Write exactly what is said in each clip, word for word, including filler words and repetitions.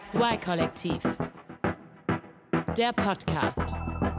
Y-Kollektiv. Der Podcast.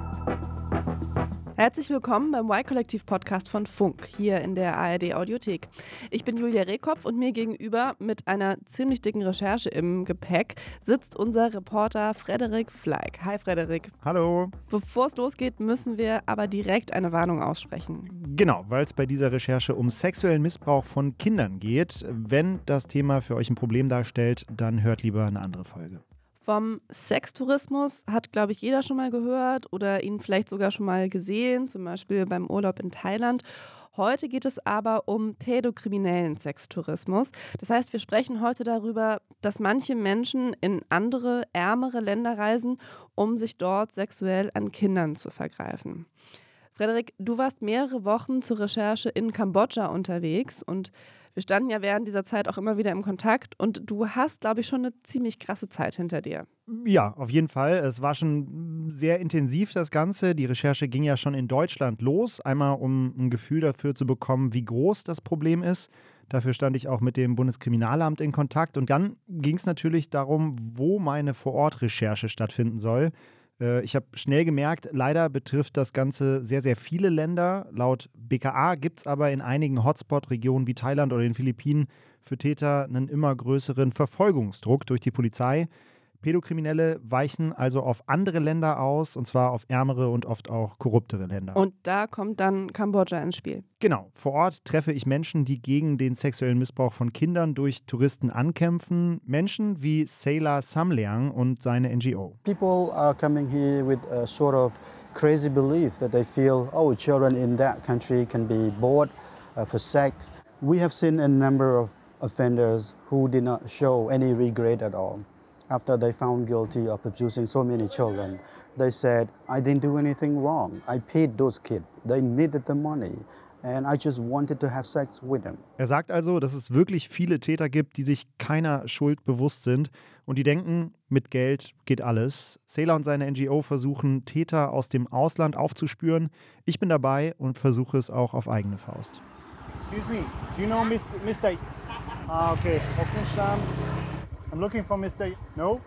Herzlich willkommen beim Y-Kollektiv-Podcast von Funk, hier in der A R D-Audiothek. Ich bin Julia Rehkopf und mir gegenüber mit einer ziemlich dicken Recherche im Gepäck sitzt unser Reporter Frederik Fleig. Hi Frederik. Hallo. Bevor es losgeht, müssen wir aber direkt eine Warnung aussprechen. Genau, weil es bei dieser Recherche um sexuellen Missbrauch von Kindern geht. Wenn das Thema für euch ein Problem darstellt, dann hört lieber eine andere Folge. Vom Sextourismus hat, glaube ich, jeder schon mal gehört oder ihn vielleicht sogar schon mal gesehen, zum Beispiel beim Urlaub in Thailand. Heute geht es aber um pädokriminellen Sextourismus. Das heißt, wir sprechen heute darüber, dass manche Menschen in andere, ärmere Länder reisen, um sich dort sexuell an Kindern zu vergreifen. Frederik, du warst mehrere Wochen zur Recherche in Kambodscha unterwegs und wir standen ja während dieser Zeit auch immer wieder im Kontakt und du hast, glaube ich, schon eine ziemlich krasse Zeit hinter dir. Ja, auf jeden Fall. Es war schon sehr intensiv, das Ganze. Die Recherche ging ja schon in Deutschland los. Einmal, um ein Gefühl dafür zu bekommen, wie groß das Problem ist. Dafür stand ich auch mit dem Bundeskriminalamt in Kontakt. Und dann ging es natürlich darum, wo meine Vor-Ort-Recherche stattfinden soll. Ich habe schnell gemerkt, leider betrifft das Ganze sehr, sehr viele Länder. Laut B K A gibt es aber in einigen Hotspot-Regionen wie Thailand oder den Philippinen für Täter einen immer größeren Verfolgungsdruck durch die Polizei. Pädokriminelle weichen also auf andere Länder aus, und zwar auf ärmere und oft auch korruptere Länder. Und da kommt dann Kambodscha ins Spiel. Genau. Vor Ort treffe ich Menschen, die gegen den sexuellen Missbrauch von Kindern durch Touristen ankämpfen. Menschen wie Sailor Samleang und seine N G O. People are coming here with a sort of crazy belief that they feel, oh, children in that country can be bought uh, for sex. We have seen a number of offenders who did not show any regret at all. After they found guilty of abusing so many children, they said, I didn't do anything wrong. I paid those kids. They needed the money. And I just wanted to have sex with them. Er sagt also, dass es wirklich viele Täter gibt, die sich keiner Schuld bewusst sind und die denken, mit Geld geht alles. Sailor und seine N G O versuchen, Täter aus dem Ausland aufzuspüren. Ich bin dabei und versuche es auch auf eigene Faust. Excuse me, do you know Mister Mister Ah, okay. Hoffenstein. I'm looking for Mister No?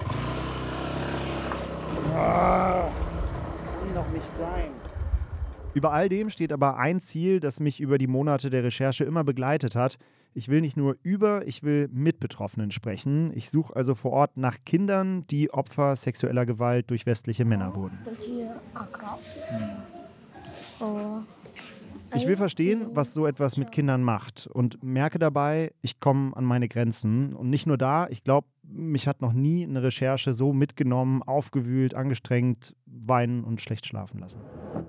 Ah, kann doch nicht sein. Über all dem steht aber ein Ziel, das mich über die Monate der Recherche immer begleitet hat. Ich will nicht nur über, ich will mit Betroffenen sprechen. Ich suche also vor Ort nach Kindern, die Opfer sexueller Gewalt durch westliche Männer wurden. Ich will verstehen, was so etwas mit Kindern macht und merke dabei, ich komme an meine Grenzen. Und nicht nur da, ich glaube, mich hat noch nie eine Recherche so mitgenommen, aufgewühlt, angestrengt, weinen und schlecht schlafen lassen.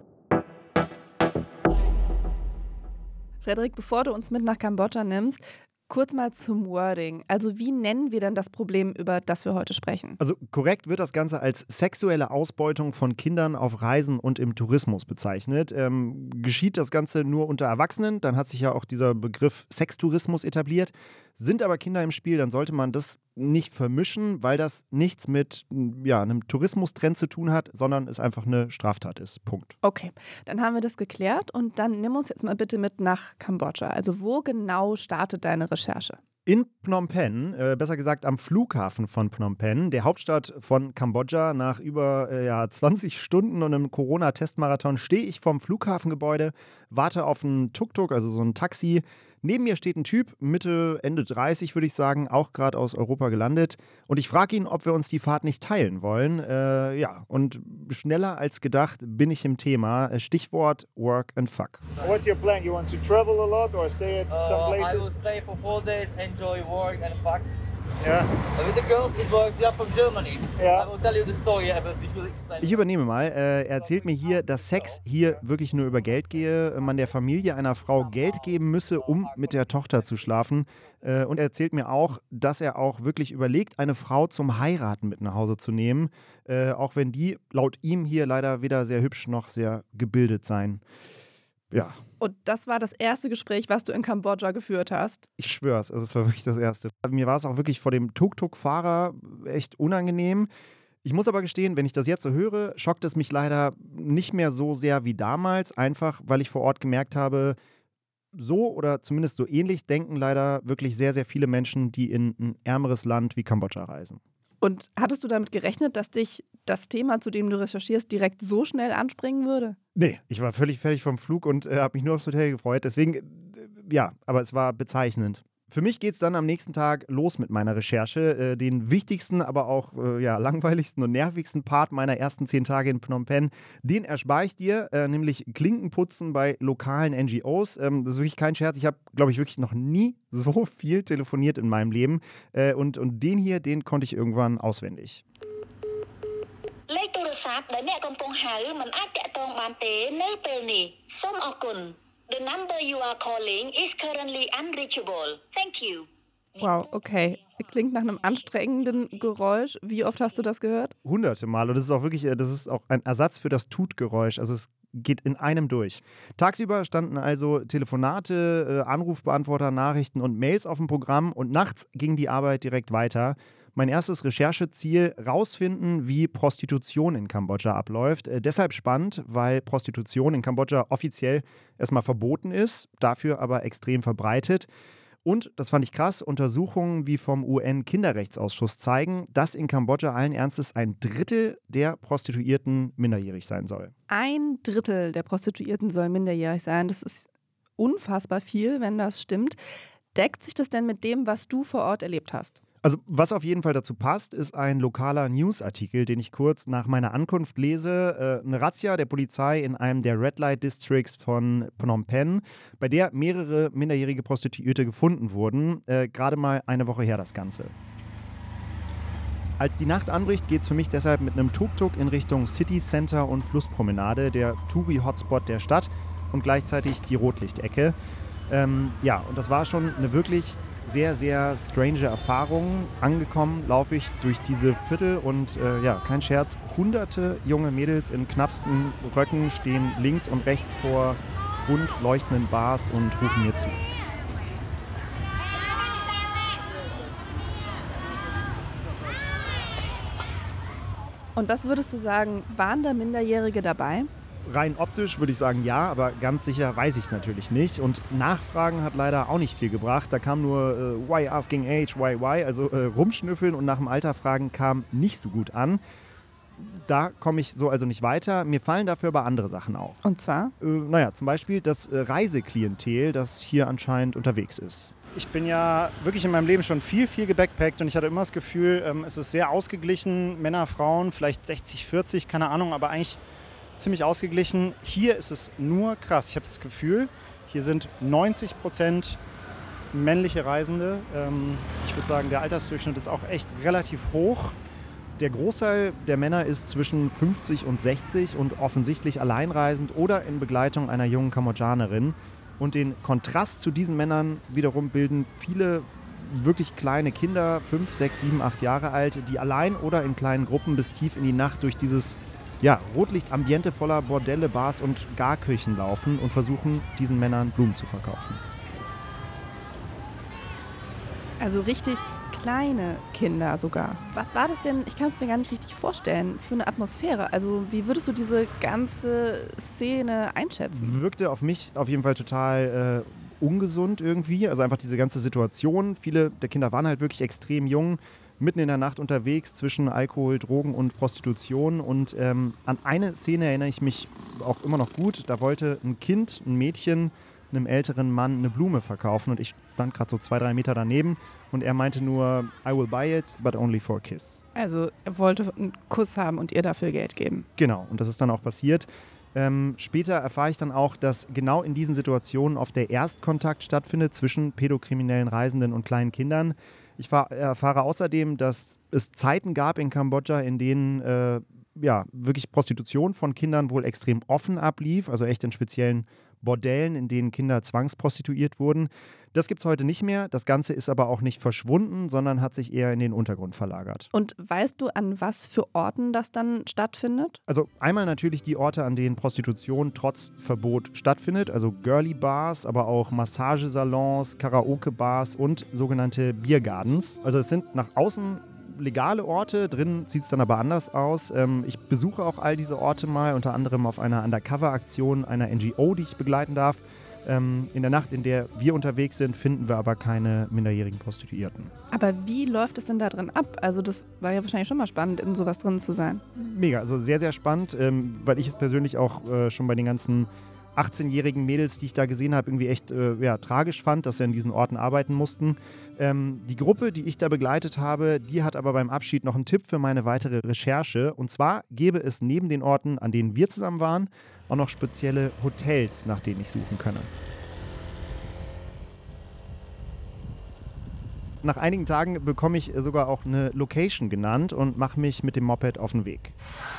Frederik, bevor du uns mit nach Kambodscha nimmst, kurz mal zum Wording. Also wie nennen wir denn das Problem, über das wir heute sprechen? Also korrekt wird das Ganze als sexuelle Ausbeutung von Kindern auf Reisen und im Tourismus bezeichnet. Ähm, geschieht das Ganze nur unter Erwachsenen, dann hat sich ja auch dieser Begriff Sextourismus etabliert. Sind aber Kinder im Spiel, dann sollte man das nicht vermischen, weil das nichts mit ja, einem Tourismustrend zu tun hat, sondern es einfach eine Straftat ist. Punkt. Okay, dann haben wir das geklärt und dann nimm uns jetzt mal bitte mit nach Kambodscha. Also wo genau startet deine Recherche? In Phnom Penh, äh, besser gesagt am Flughafen von Phnom Penh, der Hauptstadt von Kambodscha. Nach über äh, ja, zwanzig Stunden und einem Corona-Testmarathon stehe ich vorm Flughafengebäude, warte auf einen Tuk-Tuk, also so ein Taxi. Neben mir steht ein Typ, Mitte, Ende dreißig würde ich sagen, auch gerade aus Europa gelandet. Und ich frage ihn, ob wir uns die Fahrt nicht teilen wollen. Äh, ja, und schneller als gedacht bin ich im Thema. Stichwort Work and Fuck. What's your plan? You want to travel a lot or stay at Uh, some I places? will stay for four days, enjoy work and fuck. Yeah. But with the girls, it works. They are from Germany. Yeah. I will tell you the story, but which will explain. Ich übernehme mal. Äh, er erzählt mir hier, dass Sex hier wirklich nur über Geld gehe, man der Familie einer Frau Geld geben müsse, um mit der Tochter zu schlafen. Äh, und er erzählt mir auch, dass er auch wirklich überlegt, eine Frau zum Heiraten mit nach Hause zu nehmen, äh, auch wenn die laut ihm hier leider weder sehr hübsch noch sehr gebildet seien. Ja. Und das war das erste Gespräch, was du in Kambodscha geführt hast? Ich schwör's, also es war wirklich das erste. Mir war es auch wirklich vor dem Tuk-Tuk-Fahrer echt unangenehm. Ich muss aber gestehen, wenn ich das jetzt so höre, schockt es mich leider nicht mehr so sehr wie damals, einfach weil ich vor Ort gemerkt habe, so oder zumindest so ähnlich denken leider wirklich sehr, sehr viele Menschen, die in ein ärmeres Land wie Kambodscha reisen. Und hattest du damit gerechnet, dass dich das Thema, zu dem du recherchierst, direkt so schnell anspringen würde? Nee, ich war völlig fertig vom Flug und äh, habe mich nur aufs Hotel gefreut. Deswegen, äh, ja, aber es war bezeichnend. Für mich geht es dann am nächsten Tag los mit meiner Recherche. Äh, den wichtigsten, aber auch äh, ja, langweiligsten und nervigsten Part meiner ersten zehn Tage in Phnom Penh, den erspare ich dir, äh, nämlich Klinkenputzen bei lokalen N G Os. Ähm, das ist wirklich kein Scherz. Ich habe, glaube ich, wirklich noch nie so viel telefoniert in meinem Leben. Äh, und, und den hier, den konnte ich irgendwann auswendig. លេខទូរស័ព្ទដែលអ្នកកំពុងហៅមិនអាចតាក់ទងបានទេនៅពេលនេះសូមអរគុណ The number you are calling is currently unreachable. Thank you. Wow, okay. Klingt nach einem anstrengenden Geräusch. Wie oft hast du das gehört? Hunderte Mal. Und das ist auch wirklich, das ist auch ein Ersatz für das Tutgeräusch. Also es geht in einem durch. Tagsüber standen also Telefonate, Anrufbeantworter, Nachrichten und Mails auf dem Programm und nachts ging die Arbeit direkt weiter. Mein erstes Rechercheziel, rausfinden, wie Prostitution in Kambodscha abläuft. Äh, deshalb spannend, weil Prostitution in Kambodscha offiziell erstmal verboten ist, dafür aber extrem verbreitet. Und, das fand ich krass, Untersuchungen wie vom U N-Kinderrechtsausschuss zeigen, dass in Kambodscha allen Ernstes ein Drittel der Prostituierten minderjährig sein soll. Ein Drittel der Prostituierten soll minderjährig sein. Das ist unfassbar viel, wenn das stimmt. Deckt sich das denn mit dem, was du vor Ort erlebt hast? Also was auf jeden Fall dazu passt, ist ein lokaler Newsartikel, den ich kurz nach meiner Ankunft lese. Äh, eine Razzia der Polizei in einem der Red Light Districts von Phnom Penh, bei der mehrere minderjährige Prostituierte gefunden wurden. Äh, gerade mal eine Woche her das Ganze. Als die Nacht anbricht, geht es für mich deshalb mit einem Tuk-Tuk in Richtung City Center und Flusspromenade, der Touri-Hotspot der Stadt und gleichzeitig die Rotlichtecke. Ähm, ja, und das war schon eine wirklich sehr, sehr strange Erfahrung. Angekommen laufe ich durch diese Viertel und äh, ja, kein Scherz, hunderte junge Mädels in knappsten Röcken stehen links und rechts vor bunt leuchtenden Bars und rufen mir zu. Und was würdest du sagen, waren da Minderjährige dabei? Rein optisch würde ich sagen ja, aber ganz sicher weiß ich es natürlich nicht. Und Nachfragen hat leider auch nicht viel gebracht. Da kam nur äh, why asking age, why, why, also äh, rumschnüffeln und nach dem Alter fragen kam nicht so gut an. Da komme ich so also nicht weiter. Mir fallen dafür aber andere Sachen auf. Und zwar? Äh, naja, zum Beispiel das äh, Reiseklientel, das hier anscheinend unterwegs ist. Ich bin ja wirklich in meinem Leben schon viel, viel gebackpackt und ich hatte immer das Gefühl, ähm, es ist sehr ausgeglichen. Männer, Frauen, vielleicht sechzig, vierzig, keine Ahnung, aber eigentlich ziemlich ausgeglichen. Hier ist es nur krass. Ich habe das Gefühl, hier sind neunzig Prozent männliche Reisende. Ähm, ich würde sagen, der Altersdurchschnitt ist auch echt relativ hoch. Der Großteil der Männer ist zwischen fünfzig und sechzig und offensichtlich alleinreisend oder in Begleitung einer jungen Kambodschanerin. Und den Kontrast zu diesen Männern wiederum bilden viele wirklich kleine Kinder, fünf, sechs, sieben, acht Jahre alt, die allein oder in kleinen Gruppen bis tief in die Nacht durch dieses ja, Rotlichtambiente voller Bordelle, Bars und Garküchen laufen und versuchen, diesen Männern Blumen zu verkaufen. Also richtig kleine Kinder sogar. Was war das denn, ich kann es mir gar nicht richtig vorstellen, für eine Atmosphäre? Also wie würdest du diese ganze Szene einschätzen? Wirkte auf mich auf jeden Fall total äh, ungesund irgendwie. Also einfach diese ganze Situation. Viele der Kinder waren halt wirklich extrem jung, mitten in der Nacht unterwegs zwischen Alkohol, Drogen und Prostitution. Und ähm, an eine Szene erinnere ich mich auch immer noch gut. Da wollte ein Kind, ein Mädchen, einem älteren Mann eine Blume verkaufen. Und ich stand gerade so zwei, drei Meter daneben. Und er meinte nur, I will buy it, but only for a kiss. Also er wollte einen Kuss haben und ihr dafür Geld geben. Genau, und das ist dann auch passiert. Ähm, später erfahre ich dann auch, dass genau in diesen Situationen oft der Erstkontakt stattfindet zwischen pädokriminellen Reisenden und kleinen Kindern. Ich erfahre außerdem, dass es Zeiten gab in Kambodscha, in denen äh, ja, wirklich Prostitution von Kindern wohl extrem offen ablief, also echt in speziellen Bordellen, in denen Kinder zwangsprostituiert wurden. Das gibt es heute nicht mehr. Das Ganze ist aber auch nicht verschwunden, sondern hat sich eher in den Untergrund verlagert. Und weißt du, an was für Orten das dann stattfindet? Also einmal natürlich die Orte, an denen Prostitution trotz Verbot stattfindet, also Girly-Bars, aber auch Massagesalons, Karaoke-Bars und sogenannte Biergardens. Also es sind nach außen legale Orte, drin sieht es dann aber anders aus. Ähm, ich besuche auch all diese Orte mal, unter anderem auf einer Undercover-Aktion einer N G O, die ich begleiten darf. Ähm, in der Nacht, in der wir unterwegs sind, finden wir aber keine minderjährigen Prostituierten. Aber wie läuft es denn da drin ab? Also das war ja wahrscheinlich schon mal spannend, in sowas drin zu sein. Mega, also sehr, sehr spannend, ähm, weil ich es persönlich auch äh, schon bei den ganzen achtzehnjährigen Mädels, die ich da gesehen habe, irgendwie echt äh, ja, tragisch fand, dass sie an diesen Orten arbeiten mussten. Ähm, die Gruppe, die ich da begleitet habe, die hat aber beim Abschied noch einen Tipp für meine weitere Recherche. Und zwar gäbe es neben den Orten, an denen wir zusammen waren, auch noch spezielle Hotels, nach denen ich suchen könne. Nach einigen Tagen bekomme ich sogar auch eine Location genannt und mache mich mit dem Moped auf den Weg.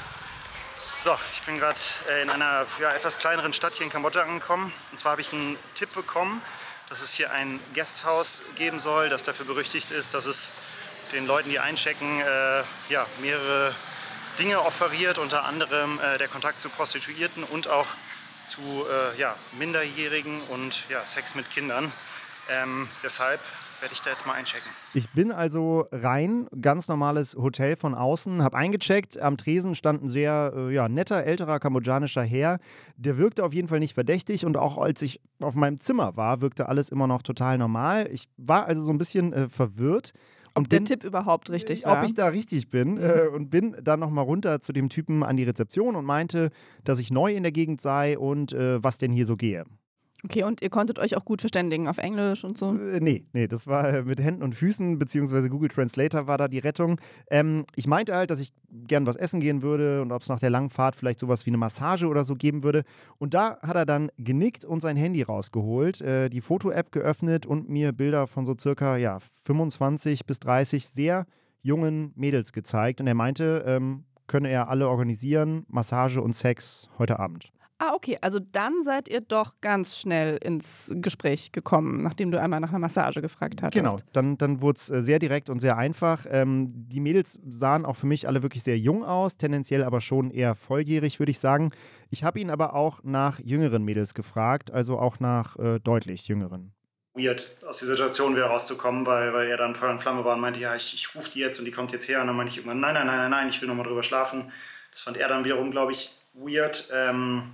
So, ich bin gerade in einer ja, etwas kleineren Stadt hier in Kambodscha angekommen. Und zwar habe ich einen Tipp bekommen, dass es hier ein Guesthouse geben soll, das dafür berüchtigt ist, dass es den Leuten, die einchecken, äh, ja, mehrere Dinge offeriert, unter anderem äh, der Kontakt zu Prostituierten und auch zu äh, ja, Minderjährigen und ja, Sex mit Kindern. Ähm, deshalb werde ich da jetzt mal einchecken. Ich bin also rein, ganz normales Hotel von außen, habe eingecheckt. Am Tresen stand ein sehr äh, ja, netter, älterer kambodschanischer Herr. Der wirkte auf jeden Fall nicht verdächtig und auch als ich auf meinem Zimmer war, wirkte alles immer noch total normal. Ich war also so ein bisschen äh, verwirrt. Ob bin, der Tipp überhaupt richtig war. Ob ich da richtig bin. Mhm. Äh, und bin dann nochmal runter zu dem Typen an die Rezeption und meinte, dass ich neu in der Gegend sei und äh, was denn hier so gehe. Okay, und ihr konntet euch auch gut verständigen auf Englisch und so? Äh, nee, nee, das war äh, mit Händen und Füßen, beziehungsweise Google Translator war da die Rettung. Ähm, ich meinte halt, dass ich gern was essen gehen würde und ob es nach der langen Fahrt vielleicht sowas wie eine Massage oder so geben würde. Und da hat er dann genickt und sein Handy rausgeholt, äh, die Foto-App geöffnet und mir Bilder von so circa ja, fünfundzwanzig bis dreißig sehr jungen Mädels gezeigt. Und er meinte, ähm, könne er alle organisieren, Massage und Sex heute Abend. Ah, okay, also dann seid ihr doch ganz schnell ins Gespräch gekommen, nachdem du einmal nach einer Massage gefragt hattest. Genau, dann, dann wurde es sehr direkt und sehr einfach. Ähm, die Mädels sahen auch für mich alle wirklich sehr jung aus, tendenziell aber schon eher volljährig, würde ich sagen. Ich habe ihn aber auch nach jüngeren Mädels gefragt, also auch nach äh, deutlich jüngeren. Weird, aus der Situation wieder rauszukommen, weil, weil er dann Feuer und Flamme war und meinte, ja, ich, ich rufe die jetzt und die kommt jetzt her. Und dann meinte ich irgendwann, nein, nein, nein, nein, nein, ich will nochmal drüber schlafen. Das fand er dann wiederum, glaube ich, weird. Ähm,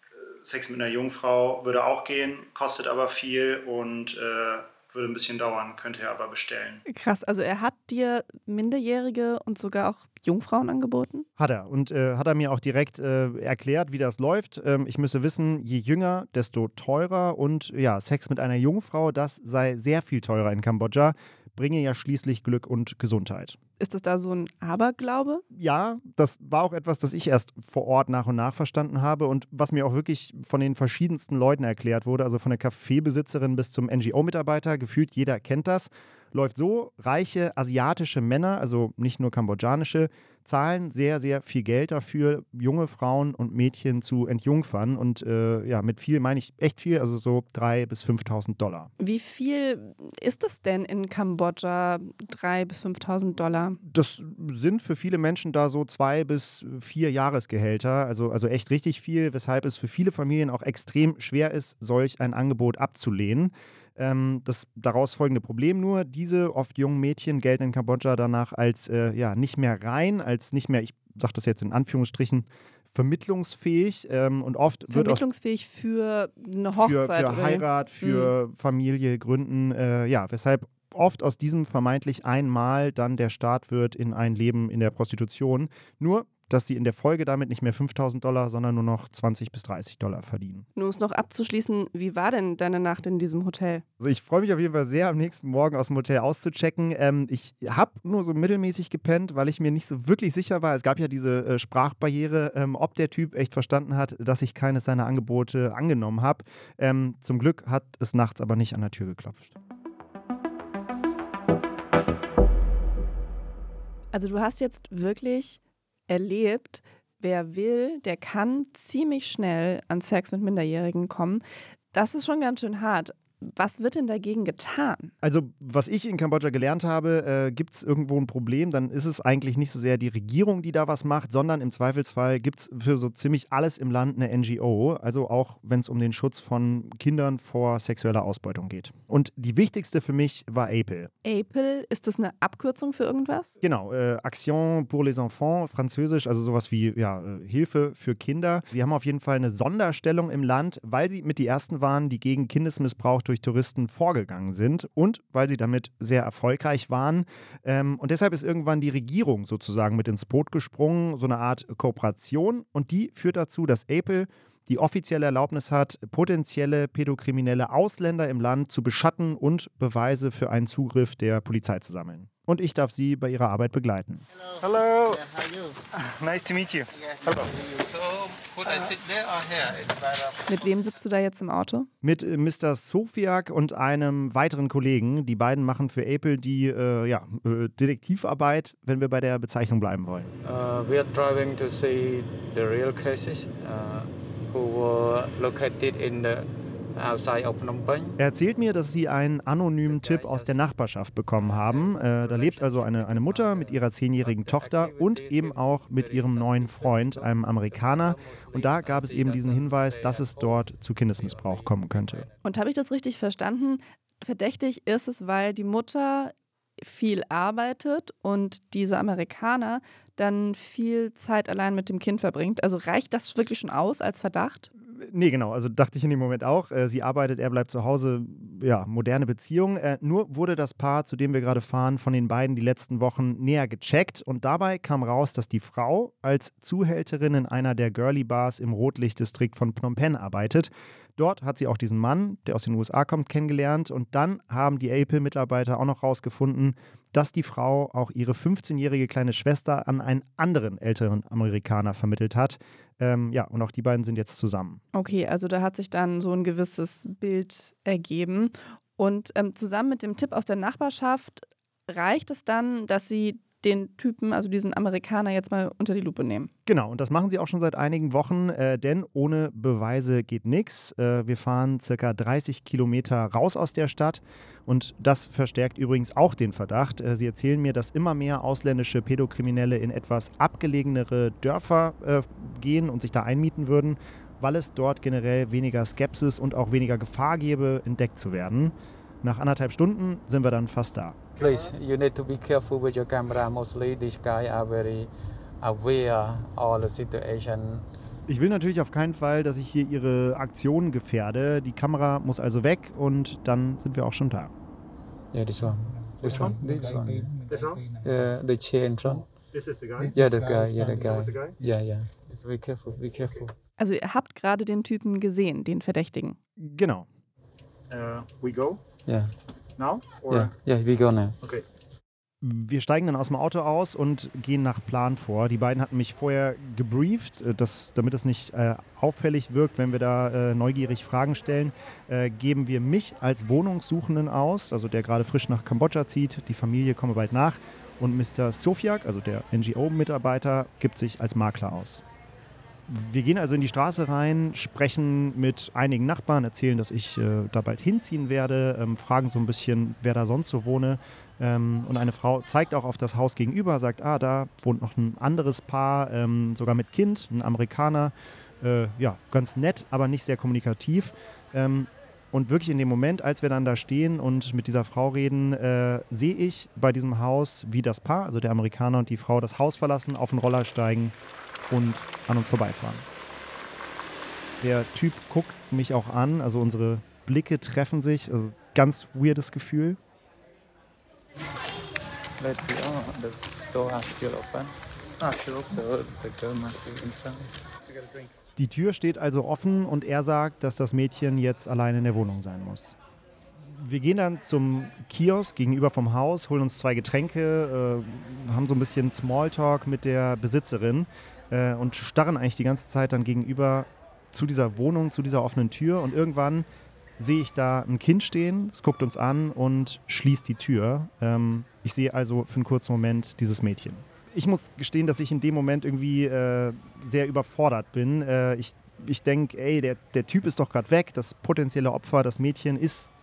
Sex mit einer Jungfrau würde auch gehen, kostet aber viel und äh, würde ein bisschen dauern, könnte er aber bestellen. Krass, also er hat dir Minderjährige und sogar auch Jungfrauen angeboten? Hat er und äh, hat er mir auch direkt äh, erklärt, wie das läuft. Ähm, ich müsse wissen, je jünger, desto teurer und ja, Sex mit einer Jungfrau, das sei sehr viel teurer in Kambodscha, bringe ja schließlich Glück und Gesundheit. Ist das da so ein Aberglaube? Ja, das war auch etwas, das ich erst vor Ort nach und nach verstanden habe und was mir auch wirklich von den verschiedensten Leuten erklärt wurde, also von der Kaffeebesitzerin bis zum N G O-Mitarbeiter, gefühlt jeder kennt das. Läuft so, reiche asiatische Männer, also nicht nur kambodschanische, zahlen sehr, sehr viel Geld dafür, junge Frauen und Mädchen zu entjungfern. Und äh, ja, mit viel meine ich echt viel, also so dreitausend bis fünftausend Dollar. Wie viel ist das denn in Kambodscha, dreitausend bis fünftausend Dollar? Das sind für viele Menschen da so zwei bis vier Jahresgehälter, also, also echt richtig viel, weshalb es für viele Familien auch extrem schwer ist, solch ein Angebot abzulehnen. Ähm, das daraus folgende Problem nur, diese oft jungen Mädchen gelten in Kambodscha danach als äh, ja, nicht mehr rein, als nicht mehr, ich sage das jetzt in Anführungsstrichen, vermittlungsfähig ähm, und oft wird aus, vermittlungsfähig für eine Hochzeit für, für Heirat, für mhm. Familie gründen, äh, ja, weshalb oft aus diesem vermeintlich einmal dann der Start wird in ein Leben in der Prostitution. Nur, dass sie in der Folge damit nicht mehr fünftausend Dollar, sondern nur noch zwanzig bis dreißig Dollar verdienen. Nur um es noch abzuschließen, wie war denn deine Nacht in diesem Hotel? Also ich freue mich auf jeden Fall sehr, am nächsten Morgen aus dem Hotel auszuchecken. Ähm, ich habe nur so mittelmäßig gepennt, weil ich mir nicht so wirklich sicher war. Es gab ja diese äh, Sprachbarriere, ähm, ob der Typ echt verstanden hat, dass ich keines seiner Angebote angenommen habe. Ähm, zum Glück hat es nachts aber nicht an der Tür geklopft. Also du hast jetzt wirklich erlebt, wer will, der kann ziemlich schnell an Sex mit Minderjährigen kommen. Das ist schon ganz schön hart. Was wird denn dagegen getan? Also, was ich in Kambodscha gelernt habe, äh, gibt es irgendwo ein Problem, dann ist es eigentlich nicht so sehr die Regierung, die da was macht, sondern im Zweifelsfall gibt es für so ziemlich alles im Land eine N G O, also auch wenn es um den Schutz von Kindern vor sexueller Ausbeutung geht. Und die wichtigste für mich war A P E L. A P E L, ist das eine Abkürzung für irgendwas? Genau, äh, Action pour les enfants, französisch, also sowas wie ja, äh, Hilfe für Kinder. Sie haben auf jeden Fall eine Sonderstellung im Land, weil sie mit die Ersten waren, die gegen Kindesmissbrauch durch Touristen vorgegangen sind und weil sie damit sehr erfolgreich waren. Ähm, und deshalb ist irgendwann die Regierung sozusagen mit ins Boot gesprungen, so eine Art Kooperation. Und die führt dazu, dass A P E L die offizielle Erlaubnis hat, potenzielle pädokriminelle Ausländer im Land zu beschatten und Beweise für einen Zugriff der Polizei zu sammeln. Und ich darf sie bei ihrer Arbeit begleiten. Hello. Yeah, how are you? Nice to meet you. Yeah, how are you? So, could I sit there or here? It's better. Mit wem sitzt du da jetzt im Auto? Mit äh, Mister Sofiak und einem weiteren Kollegen. Die beiden machen für A P E L die äh, ja, äh, Detektivarbeit, wenn wir bei der Bezeichnung bleiben wollen. Uh, we are driving to see the real cases uh, who were located in the outside of Phnom Penh. Er erzählt mir, dass sie einen anonymen Tipp aus der Nachbarschaft bekommen haben. Äh, da lebt also eine, eine Mutter mit ihrer zehnjährigen Tochter und eben auch mit ihrem neuen Freund, einem Amerikaner. Und da gab es eben diesen Hinweis, dass es dort zu Kindesmissbrauch kommen könnte. Und habe ich das richtig verstanden? Verdächtig ist es, weil die Mutter viel arbeitet und dieser Amerikaner dann viel Zeit allein mit dem Kind verbringt. Also reicht das wirklich schon aus als Verdacht? Nee, genau, also dachte ich in dem Moment auch. Äh, sie arbeitet, er bleibt zu Hause, ja, moderne Beziehung. Äh, nur wurde das Paar, zu dem wir gerade fahren, von den beiden die letzten Wochen näher gecheckt. Und dabei kam raus, dass die Frau als Zuhälterin in einer der Girly-Bars im Rotlichtdistrikt von Phnom Penh arbeitet. Dort hat sie auch diesen Mann, der aus den U S A kommt, kennengelernt. Und dann haben die A P E L-Mitarbeiter auch noch rausgefunden, dass die Frau auch ihre fünfzehnjährige kleine Schwester an einen anderen älteren Amerikaner vermittelt hat. Ähm, ja, und auch die beiden sind jetzt zusammen. Okay, also da hat sich dann so ein gewisses Bild ergeben. Und ähm, zusammen mit dem Tipp aus der Nachbarschaft reicht es dann, dass sie den Typen, also diesen Amerikaner, jetzt mal unter die Lupe nehmen. Genau, und das machen sie auch schon seit einigen Wochen, äh, denn ohne Beweise geht nichts. Äh, wir fahren circa dreißig Kilometer raus aus der Stadt und das verstärkt übrigens auch den Verdacht. Äh, sie erzählen mir, dass immer mehr ausländische Pädokriminelle in etwas abgelegenere Dörfer äh, gehen und sich da einmieten würden, weil es dort generell weniger Skepsis und auch weniger Gefahr gäbe, entdeckt zu werden. Nach anderthalb Stunden sind wir dann fast da. Please, you need to be careful with your camera. Mostly these guys are very aware of the situation. Ich will natürlich auf keinen Fall, dass ich hier ihre Aktionen gefährde. Die Kamera muss also weg und dann sind wir auch schon da. Yeah, this one. This one. This one. This one? Yeah, the chair in front. This is the guy? Yeah, the guy. Yeah, the guy. The guy? Yeah, yeah. So be careful. Be careful. Also ihr habt gerade den Typen gesehen, den Verdächtigen. Genau. Uh, we go? Yeah. Now? Or? Yeah. Yeah. We go now. Okay. Wir steigen dann aus dem Auto aus und gehen nach Plan vor. Die beiden hatten mich vorher gebrieft, dass, damit es nicht äh, auffällig wirkt, wenn wir da äh, neugierig Fragen stellen, äh, geben wir mich als Wohnungssuchenden aus, also der gerade frisch nach Kambodscha zieht. Die Familie komme bald nach. Und Mister Sofiak, also der N G O-Mitarbeiter, gibt sich als Makler aus. Wir gehen also in die Straße rein, sprechen mit einigen Nachbarn, erzählen, dass ich äh, da bald hinziehen werde, ähm, fragen so ein bisschen, wer da sonst so wohne. Ähm, und eine Frau zeigt auch auf das Haus gegenüber, sagt, ah, da wohnt noch ein anderes Paar, ähm, sogar mit Kind, ein Amerikaner. Äh, ja, ganz nett, aber nicht sehr kommunikativ. Ähm, und wirklich in dem Moment, als wir dann da stehen und mit dieser Frau reden, äh, sehe ich bei diesem Haus, wie das Paar, also der Amerikaner und die Frau, das Haus verlassen, auf den Roller steigen und an uns vorbeifahren. Der Typ guckt mich auch an, also unsere Blicke treffen sich, also ganz weirdes Gefühl. Let's see. Oh, the door is still open. Ah, still open. So the girl must be inside. You got a drink. Die Tür steht also offen und er sagt, dass das Mädchen jetzt allein in der Wohnung sein muss. Wir gehen dann zum Kiosk gegenüber vom Haus, holen uns zwei Getränke, äh, haben so ein bisschen Smalltalk mit der Besitzerin äh, und starren eigentlich die ganze Zeit dann gegenüber zu dieser Wohnung, zu dieser offenen Tür. Und irgendwann sehe ich da ein Kind stehen, es guckt uns an und schließt die Tür. Ähm, ich sehe also für einen kurzen Moment dieses Mädchen. Ich muss gestehen, dass ich in dem Moment irgendwie äh, sehr überfordert bin. Äh, ich ich denke, ey, der, der Typ ist doch gerade weg, das potenzielle Opfer, das Mädchen ist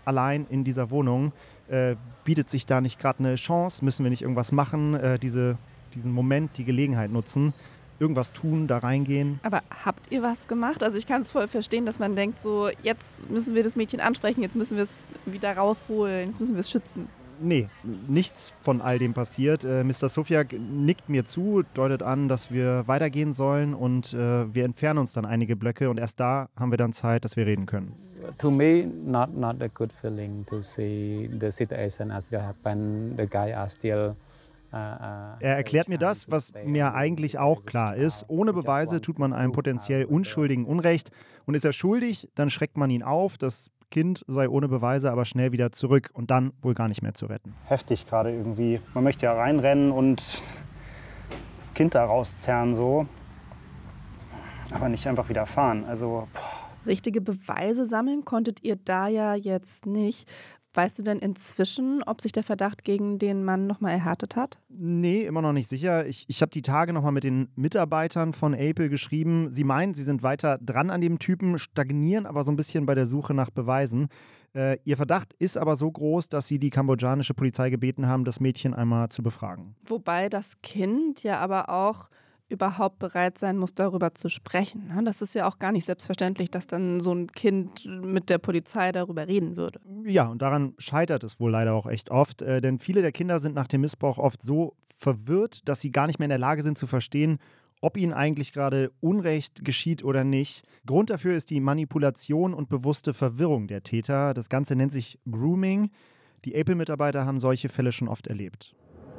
allein in dieser Wohnung. Äh, bietet sich da nicht gerade eine Chance? Müssen wir nicht irgendwas machen, äh, diese, diesen Moment, die Gelegenheit nutzen? Irgendwas tun, da reingehen. Aber habt ihr was gemacht? Also ich kann es voll verstehen, dass man denkt, so jetzt müssen wir das Mädchen ansprechen, jetzt müssen wir es wieder rausholen, jetzt müssen wir es schützen. Nee, nichts von all dem passiert. Äh, Mister Sofiak nickt mir zu, deutet an, dass wir weitergehen sollen und äh, wir entfernen uns dann einige Blöcke und erst da haben wir dann Zeit, dass wir reden können. To me, not not a good feeling to see the situation as it happened. The guy are still. Er erklärt mir das, was mir eigentlich auch klar ist. Ohne Beweise tut man einem potenziell Unschuldigen Unrecht. Und ist er schuldig, dann schreckt man ihn auf. Das Kind sei ohne Beweise aber schnell wieder zurück und dann wohl gar nicht mehr zu retten. Heftig gerade irgendwie. Man möchte ja reinrennen und das Kind da rauszerren so. Aber nicht einfach wieder fahren. Also, boah. Richtige Beweise sammeln konntet ihr da ja jetzt nicht. Weißt du denn inzwischen, ob sich der Verdacht gegen den Mann nochmal erhärtet hat? Nee, immer noch nicht sicher. Ich, ich habe die Tage nochmal mit den Mitarbeitern von Apple geschrieben. Sie meinen, sie sind weiter dran an dem Typen, stagnieren aber so ein bisschen bei der Suche nach Beweisen. Äh, ihr Verdacht ist aber so groß, dass sie die kambodschanische Polizei gebeten haben, das Mädchen einmal zu befragen. Wobei das Kind ja aber auch überhaupt bereit sein muss, darüber zu sprechen. Das ist ja auch gar nicht selbstverständlich, dass dann so ein Kind mit der Polizei darüber reden würde. Ja, und daran scheitert es wohl leider auch echt oft, äh, denn viele der Kinder sind nach dem Missbrauch oft so verwirrt, dass sie gar nicht mehr in der Lage sind zu verstehen, ob ihnen eigentlich gerade Unrecht geschieht oder nicht. Grund dafür ist die Manipulation und bewusste Verwirrung der Täter. Das Ganze nennt sich Grooming. Die Apple-Mitarbeiter haben solche Fälle schon oft erlebt.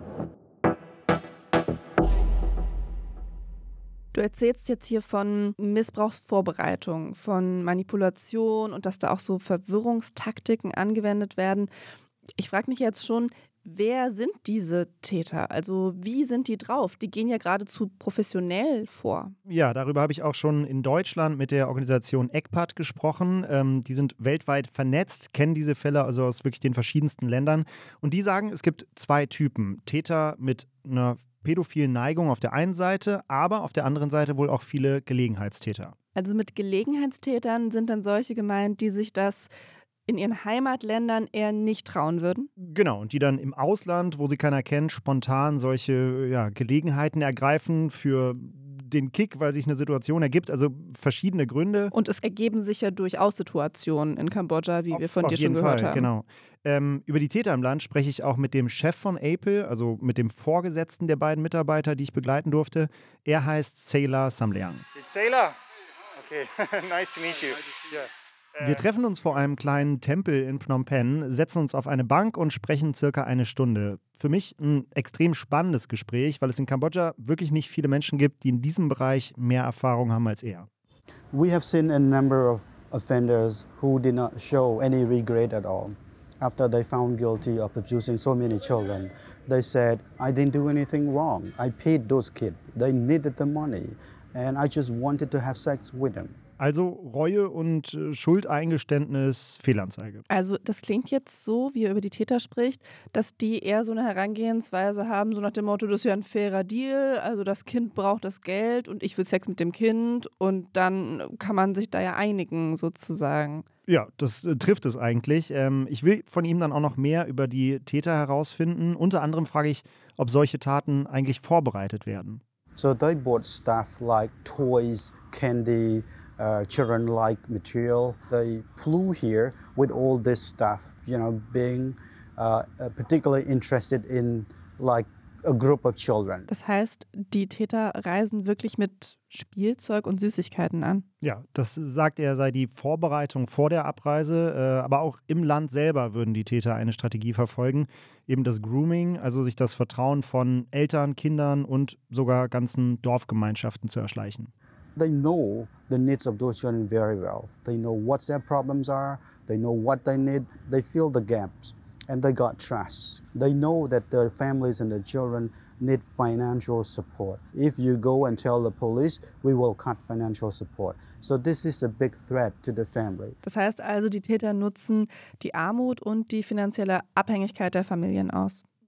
Du erzählst jetzt hier von Missbrauchsvorbereitung, von Manipulation und dass da auch so Verwirrungstaktiken angewendet werden. Ich frage mich jetzt schon, wer sind diese Täter? Also wie sind die drauf? Die gehen ja geradezu professionell vor. Ja, darüber habe ich auch schon in Deutschland mit der Organisation E C P A T gesprochen. Ähm, die sind weltweit vernetzt, kennen diese Fälle also aus wirklich den verschiedensten Ländern. Und die sagen, es gibt zwei Typen. Täter mit einer pädophilen Neigung auf der einen Seite, aber auf der anderen Seite wohl auch viele Gelegenheitstäter. Also mit Gelegenheitstätern sind dann solche gemeint, die sich das in ihren Heimatländern eher nicht trauen würden? Genau, und die dann im Ausland, wo sie keiner kennt, spontan solche ja, Gelegenheiten ergreifen für den Kick, weil sich eine Situation ergibt, also verschiedene Gründe. Und es ergeben sich ja durchaus Situationen in Kambodscha, wie auf, wir von auf dir jeden schon gehört Fall, haben. Genau. Ähm, über die Täter im Land spreche ich auch mit dem Chef von Apple, also mit dem Vorgesetzten der beiden Mitarbeiter, die ich begleiten durfte. Er heißt Sailor Samleang. Sailor? Okay, nice to meet you. Yeah. Wir treffen uns vor einem kleinen Tempel in Phnom Penh, setzen uns auf eine Bank und sprechen circa eine Stunde. Für mich ein extrem spannendes Gespräch, weil es in Kambodscha wirklich nicht viele Menschen gibt, die in diesem Bereich mehr Erfahrung haben als er. We have seen a number of offenders who did not show any regret at all. After they found guilty of abusing so many children, they said, I didn't do anything wrong. I paid those kids. They needed the money. And I just wanted to have sex with them. Also Reue und äh, Schuldeingeständnis, Fehlanzeige. Also das klingt jetzt so, wie er über die Täter spricht, dass die eher so eine Herangehensweise haben, so nach dem Motto, das ist ja ein fairer Deal, also das Kind braucht das Geld und ich will Sex mit dem Kind und dann kann man sich da ja einigen sozusagen. Ja, das äh, trifft es eigentlich. Ähm, ich will von ihm dann auch noch mehr über die Täter herausfinden. Unter anderem frage ich, ob solche Taten eigentlich vorbereitet werden. So they bought stuff like toys, candy, Uh, children-like material. They flew here with all this stuff, you know, being uh, particularly interested in like a group of children. Das heißt, die Täter reisen wirklich mit Spielzeug und Süßigkeiten an? Ja, das sagt er, sei die Vorbereitung vor der Abreise, äh, aber auch im Land selber würden die Täter eine Strategie verfolgen, eben das Grooming, also sich das Vertrauen von Eltern, Kindern und sogar ganzen Dorfgemeinschaften zu erschleichen. They know the needs of those children very well. They know what their problems are. They know what they need. They fill the gaps, and they got trust. They know that the families and the children need financial support. If you go and tell the police, we will cut financial support. So this is a big threat to the family. Das heißt also, die Täter nutzen die Armut und die finanzielle Abhängigkeit der Familien aus.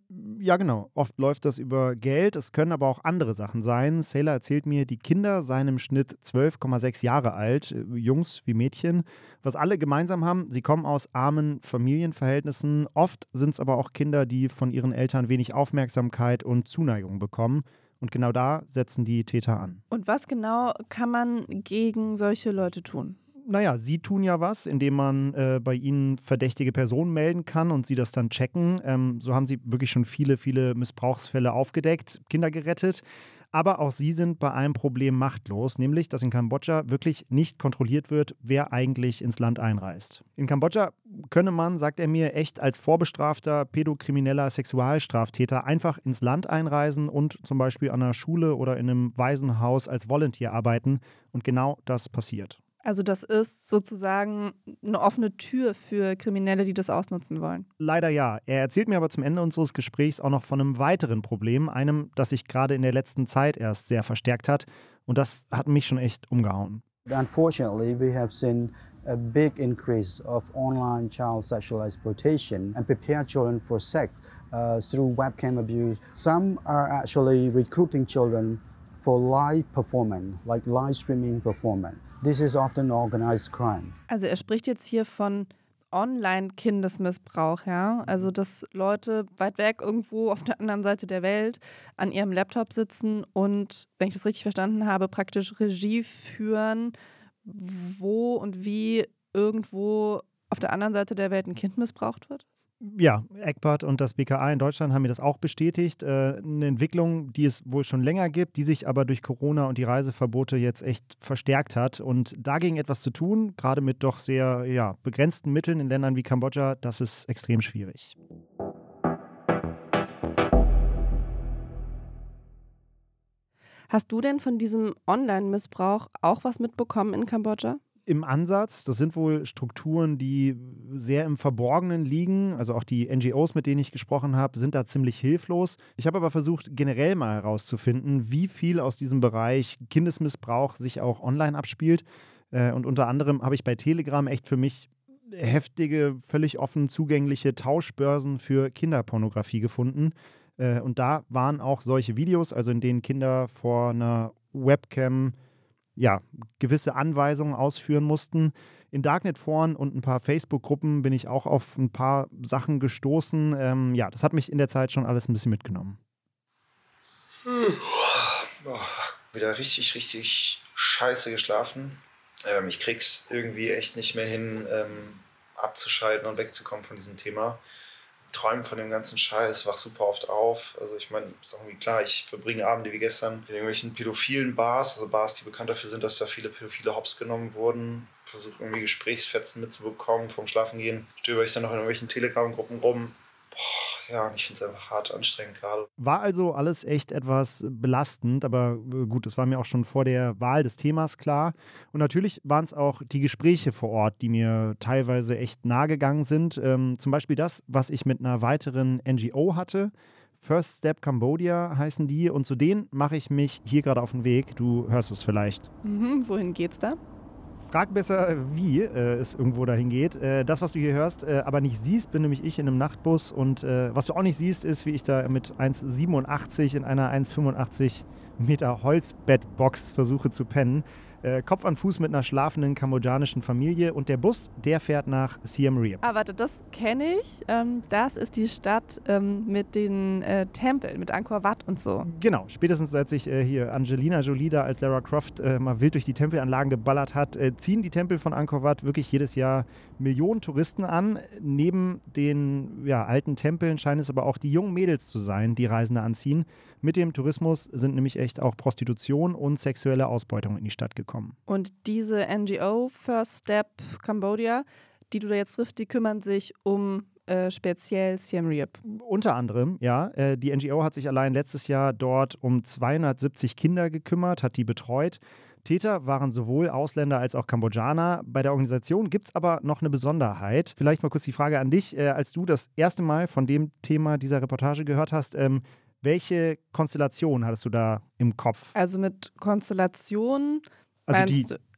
Ja, genau. Oft läuft das über Geld. Es können aber auch andere Sachen sein. Sailor erzählt mir, die Kinder seien im Schnitt zwölf Komma sechs Jahre alt, Jungs wie Mädchen. Was alle gemeinsam haben, sie kommen aus armen Familienverhältnissen. Oft sind es aber auch Kinder, die von ihren Eltern wenig Aufmerksamkeit und Zuneigung bekommen. Und genau da setzen die Täter an. Und was genau kann man gegen solche Leute tun? Naja, sie tun ja was, indem man äh, bei ihnen verdächtige Personen melden kann und sie das dann checken. Ähm, so haben sie wirklich schon viele, viele Missbrauchsfälle aufgedeckt, Kinder gerettet. Aber auch sie sind bei einem Problem machtlos, nämlich, dass in Kambodscha wirklich nicht kontrolliert wird, wer eigentlich ins Land einreist. In Kambodscha könne man, sagt er mir, echt als vorbestrafter, pädokrimineller Sexualstraftäter einfach ins Land einreisen und zum Beispiel an einer Schule oder in einem Waisenhaus als Volunteer arbeiten. Und genau das passiert. Also das ist sozusagen eine offene Tür für Kriminelle, die das ausnutzen wollen. Leider ja. Er erzählt mir aber zum Ende unseres Gesprächs auch noch von einem weiteren Problem, einem, das sich gerade in der letzten Zeit erst sehr verstärkt hat. Und das hat mich schon echt umgehauen. Unfortunately, we have seen a big increase of online child sexual exploitation and prepare children for sex uh, through webcam abuse. Some are actually recruiting children for live performance, like live streaming performance. This is often organized crime. Also er spricht jetzt hier von Online-Kindesmissbrauch, ja? Also dass Leute weit weg irgendwo auf der anderen Seite der Welt an ihrem Laptop sitzen und, wenn ich das richtig verstanden habe, praktisch Regie führen, wo und wie irgendwo auf der anderen Seite der Welt ein Kind missbraucht wird? Ja, Eckbert und das B K A in Deutschland haben mir das auch bestätigt. Äh, eine Entwicklung, die es wohl schon länger gibt, die sich aber durch Corona und die Reiseverbote jetzt echt verstärkt hat. Und dagegen etwas zu tun, gerade mit doch sehr ja, begrenzten Mitteln in Ländern wie Kambodscha, das ist extrem schwierig. Hast du denn von diesem Online-Missbrauch auch was mitbekommen in Kambodscha? Im Ansatz, das sind wohl Strukturen, die sehr im Verborgenen liegen. Also auch die N G Os, mit denen ich gesprochen habe, sind da ziemlich hilflos. Ich habe aber versucht, generell mal herauszufinden, wie viel aus diesem Bereich Kindesmissbrauch sich auch online abspielt. Und unter anderem habe ich bei Telegram echt für mich heftige, völlig offen zugängliche Tauschbörsen für Kinderpornografie gefunden. Und da waren auch solche Videos, also in denen Kinder vor einer Webcam ja, gewisse Anweisungen ausführen mussten. In Darknet-Foren und ein paar Facebook-Gruppen bin ich auch auf ein paar Sachen gestoßen. Ähm, ja, das hat mich in der Zeit schon alles ein bisschen mitgenommen. Oh, wieder richtig, richtig scheiße geschlafen. Ähm, ich krieg's irgendwie echt nicht mehr hin, ähm, abzuschalten und wegzukommen von diesem Thema. Träume von dem ganzen Scheiß, wach super oft auf. Also ich meine, ist auch irgendwie klar, ich verbringe Abende wie gestern in irgendwelchen pädophilen Bars, also Bars, die bekannt dafür sind, dass da viele Pädophile hops genommen wurden. Versuche irgendwie Gesprächsfetzen mitzubekommen, vorm Schlafengehen stöber ich dann noch in irgendwelchen Telegram-Gruppen rum. Boah, ja, und ich finde es einfach hart anstrengend gerade. War also alles echt etwas belastend, aber gut, das war mir auch schon vor der Wahl des Themas klar. Und natürlich waren es auch die Gespräche vor Ort, die mir teilweise echt nahe gegangen sind. Ähm, zum Beispiel das, was ich mit einer weiteren N G O hatte. First Step Cambodia heißen die und zu denen mache ich mich hier gerade auf den Weg. Du hörst es vielleicht. Mhm, wohin geht's da? Frag besser, wie äh, es irgendwo dahin geht. Äh, das, was du hier hörst, äh, aber nicht siehst, bin nämlich ich in einem Nachtbus. Und äh, was du auch nicht siehst, ist, wie ich da mit eins Komma siebenundachtzig in einer eins Komma fünfundachtzig Meter Holzbettbox versuche zu pennen. Äh, Kopf an Fuß mit einer schlafenden kambodschanischen Familie. Und der Bus, der fährt nach Siem Reap. Ah, warte, das kenne ich. Ähm, das ist die Stadt ähm, mit den äh, Tempeln, mit Angkor Wat und so. Genau, spätestens als sich äh, hier Angelina Jolie da als Lara Croft äh, mal wild durch die Tempelanlagen geballert hat, äh, ziehen die Tempel von Angkor Wat wirklich jedes Jahr Millionen Touristen an. Neben den ja, alten Tempeln scheinen es aber auch die jungen Mädels zu sein, die Reisende anziehen. Mit dem Tourismus sind nämlich echt auch Prostitution und sexuelle Ausbeutung in die Stadt gekommen. Und diese N G O, First Step Cambodia, die du da jetzt triffst, die kümmern sich um äh, speziell Siem Reap. Unter anderem, ja. Äh, die N G O hat sich allein letztes Jahr dort um zweihundertsiebzig Kinder gekümmert, hat die betreut. Täter waren sowohl Ausländer als auch Kambodschaner. Bei der Organisation gibt es aber noch eine Besonderheit. Vielleicht mal kurz die Frage an dich, äh, als du das erste Mal von dem Thema dieser Reportage gehört hast, ähm, welche Konstellation hattest du da im Kopf? Also mit Konstellation Also meinst die, du?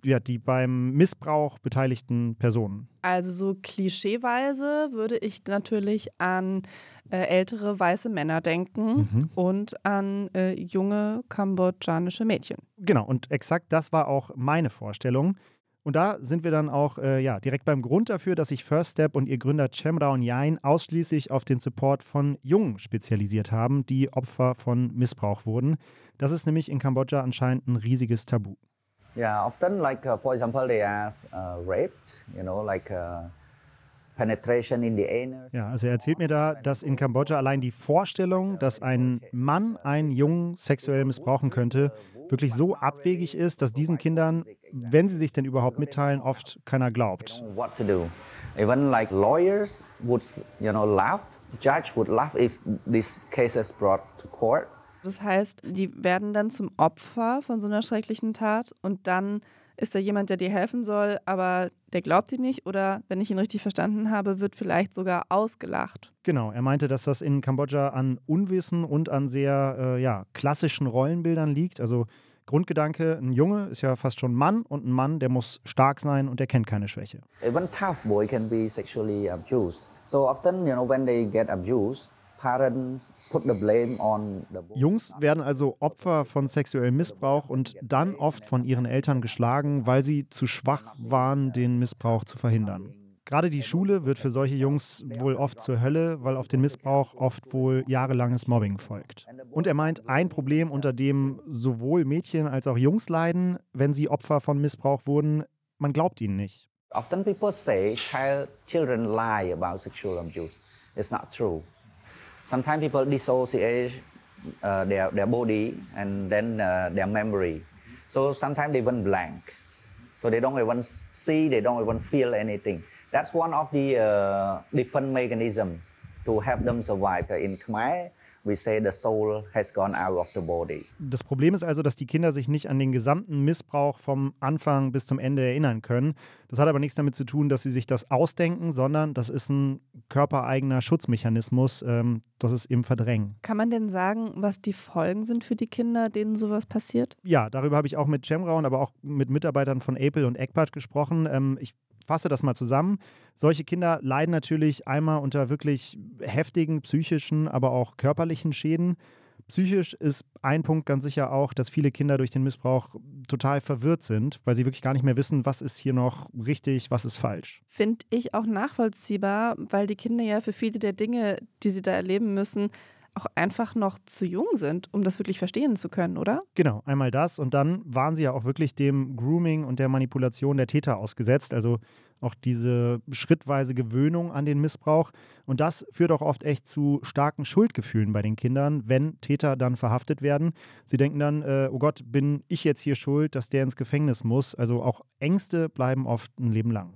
ja, die beim Missbrauch beteiligten Personen. Also so klischeeweise würde ich natürlich an äh, ältere weiße Männer denken Mhm. und an äh, junge kambodschanische Mädchen. Genau, und exakt das war auch meine Vorstellung. Und da sind wir dann auch äh, ja, direkt beim Grund dafür, dass sich First Step und ihr Gründer Chemraon Yain ausschließlich auf den Support von Jungen spezialisiert haben, die Opfer von Missbrauch wurden. Das ist nämlich in Kambodscha anscheinend ein riesiges Tabu. Yeah, often like uh, for example they are uh, raped, you know, like uh, penetration in the anus. Ja, also er erzählt mir da, dass in Kambodscha allein die Vorstellung, dass ein Mann einen Jungen sexuell missbrauchen könnte, wirklich so abwegig ist, dass diesen Kindern, wenn sie sich denn überhaupt mitteilen, oft keiner glaubt. What to do? Even like lawyers would, you know, laugh. Judge would laugh if this case is brought to court. Das heißt, die werden dann zum Opfer von so einer schrecklichen Tat und dann ist da jemand, der dir helfen soll, aber der glaubt dir nicht oder, wenn ich ihn richtig verstanden habe, wird vielleicht sogar ausgelacht. Genau, er meinte, dass das in Kambodscha an Unwissen und an sehr äh, ja, klassischen Rollenbildern liegt. Also Grundgedanke, ein Junge ist ja fast schon ein Mann und ein Mann, der muss stark sein und der kennt keine Schwäche. Even tough boy can be sexually abused. So often, you know, when they get abused, parents put the blame on the boy. Jungs werden also Opfer von sexuellem Missbrauch und dann oft von ihren Eltern geschlagen, weil sie zu schwach waren, den Missbrauch zu verhindern. Gerade die Schule wird für solche Jungs wohl oft zur Hölle, weil auf den Missbrauch oft wohl jahrelanges Mobbing folgt. Und er meint, ein Problem, unter dem sowohl Mädchen als auch Jungs leiden, wenn sie Opfer von Missbrauch wurden, man glaubt ihnen nicht. Often people say child, children lie about sexual abuse. It's not true. Sometimes people dissociate uh, their, their body and then uh, their memory. So sometimes they even blank. So they don't even see, they don't even feel anything. That's one of the uh, defense mechanism to help them survive. In Khmer, we say the soul has gone out of the body. Das Problem ist also, dass die Kinder sich nicht an den gesamten Missbrauch vom Anfang bis zum Ende erinnern können. Das hat aber nichts damit zu tun, dass sie sich das ausdenken, sondern das ist ein körpereigener Schutzmechanismus, ähm, das ist eben Verdrängen. Kann man denn sagen, was die Folgen sind für die Kinder, denen sowas passiert? Ja, darüber habe ich auch mit Chemraon, aber auch mit Mitarbeitern von Apel und Eckbert gesprochen. Ähm, ich fasse das mal zusammen. Solche Kinder leiden natürlich einmal unter wirklich heftigen psychischen, aber auch körperlichen Schäden. Psychisch ist ein Punkt ganz sicher auch, dass viele Kinder durch den Missbrauch total verwirrt sind, weil sie wirklich gar nicht mehr wissen, was ist hier noch richtig, was ist falsch. Finde ich auch nachvollziehbar, weil die Kinder ja für viele der Dinge, die sie da erleben müssen, auch einfach noch zu jung sind, um das wirklich verstehen zu können, oder? Genau, einmal das und dann waren sie ja auch wirklich dem Grooming und der Manipulation der Täter ausgesetzt, also auch diese schrittweise Gewöhnung an den Missbrauch und das führt auch oft echt zu starken Schuldgefühlen bei den Kindern, wenn Täter dann verhaftet werden. Sie denken dann, äh, oh Gott, bin ich jetzt hier schuld, dass der ins Gefängnis muss, also auch Ängste bleiben oft ein Leben lang.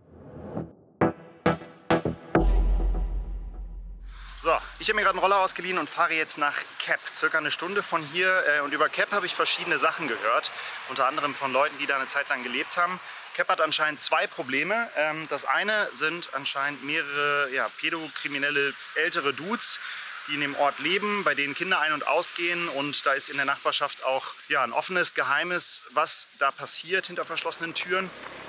So, ich habe mir gerade einen Roller ausgeliehen und fahre jetzt nach Kep, circa eine Stunde von hier. Und über Kep habe ich verschiedene Sachen gehört, unter anderem von Leuten, die da eine Zeit lang gelebt haben. Kep hat anscheinend zwei Probleme. Das eine sind anscheinend mehrere ja, pädokriminelle ältere Dudes, die in dem Ort leben, bei denen Kinder ein- und ausgehen. Und da ist in der Nachbarschaft auch ja, ein offenes Geheimnis, was da passiert hinter verschlossenen Türen.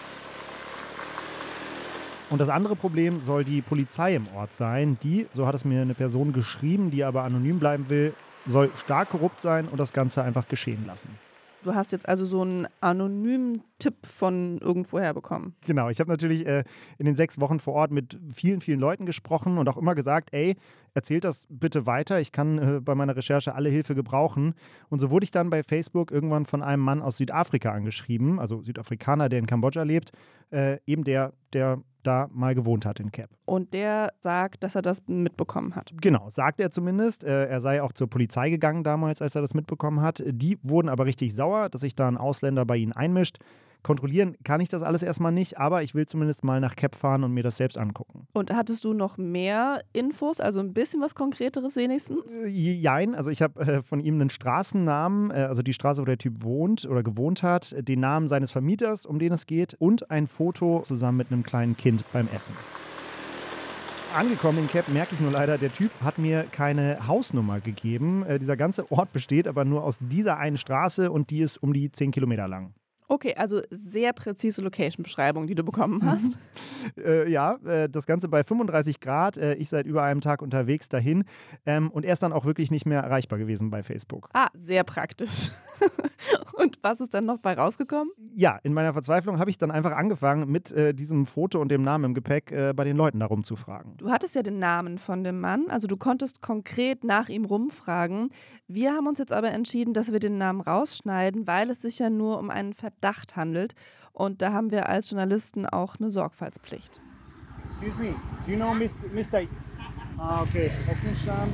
Und das andere Problem soll die Polizei im Ort sein. Die, so hat es mir eine Person geschrieben, die aber anonym bleiben will, soll stark korrupt sein und das Ganze einfach geschehen lassen. Du hast jetzt also so einen anonymen Tipp von irgendwoher bekommen. Genau, ich habe natürlich äh, in den sechs Wochen vor Ort mit vielen, vielen Leuten gesprochen und auch immer gesagt, ey, erzählt das bitte weiter, ich kann äh, bei meiner Recherche alle Hilfe gebrauchen. Und so wurde ich dann bei Facebook irgendwann von einem Mann aus Südafrika angeschrieben, also Südafrikaner, der in Kambodscha lebt, äh, eben der, der da mal gewohnt hat in Kep. Und der sagt, dass er das mitbekommen hat. Genau, sagt er zumindest. Äh, er sei auch zur Polizei gegangen damals, als er das mitbekommen hat. Die wurden aber richtig sauer, dass sich da ein Ausländer bei ihnen einmischt. Kontrollieren kann ich das alles erstmal nicht, aber ich will zumindest mal nach Kep fahren und mir das selbst angucken. Und hattest du noch mehr Infos, also ein bisschen was Konkreteres wenigstens? Äh, jein, also ich habe äh, von ihm einen Straßennamen, äh, also die Straße, wo der Typ wohnt oder gewohnt hat, den Namen seines Vermieters, um den es geht und ein Foto zusammen mit einem kleinen Kind beim Essen. Angekommen in Kep merke ich nur leider, der Typ hat mir keine Hausnummer gegeben. Äh, dieser ganze Ort besteht aber nur aus dieser einen Straße und die ist um die zehn Kilometer lang. Okay, also sehr präzise Location-Beschreibung, die du bekommen hast. äh, ja, äh, das Ganze bei fünfunddreißig Grad. Äh, ich seit über einem Tag unterwegs dahin. Ähm, und er ist dann auch wirklich nicht mehr erreichbar gewesen bei Facebook. Ah, sehr praktisch. Und was ist dann noch bei rausgekommen? Ja, in meiner Verzweiflung habe ich dann einfach angefangen, mit äh, diesem Foto und dem Namen im Gepäck äh, bei den Leuten darum zu fragen. Du hattest ja den Namen von dem Mann, also du konntest konkret nach ihm rumfragen. Wir haben uns jetzt aber entschieden, dass wir den Namen rausschneiden, weil es sich ja nur um einen Verdacht handelt. Und da haben wir als Journalisten auch eine Sorgfaltspflicht. Excuse me, do you know Mister Mister Ah, okay. Rechnungsstand.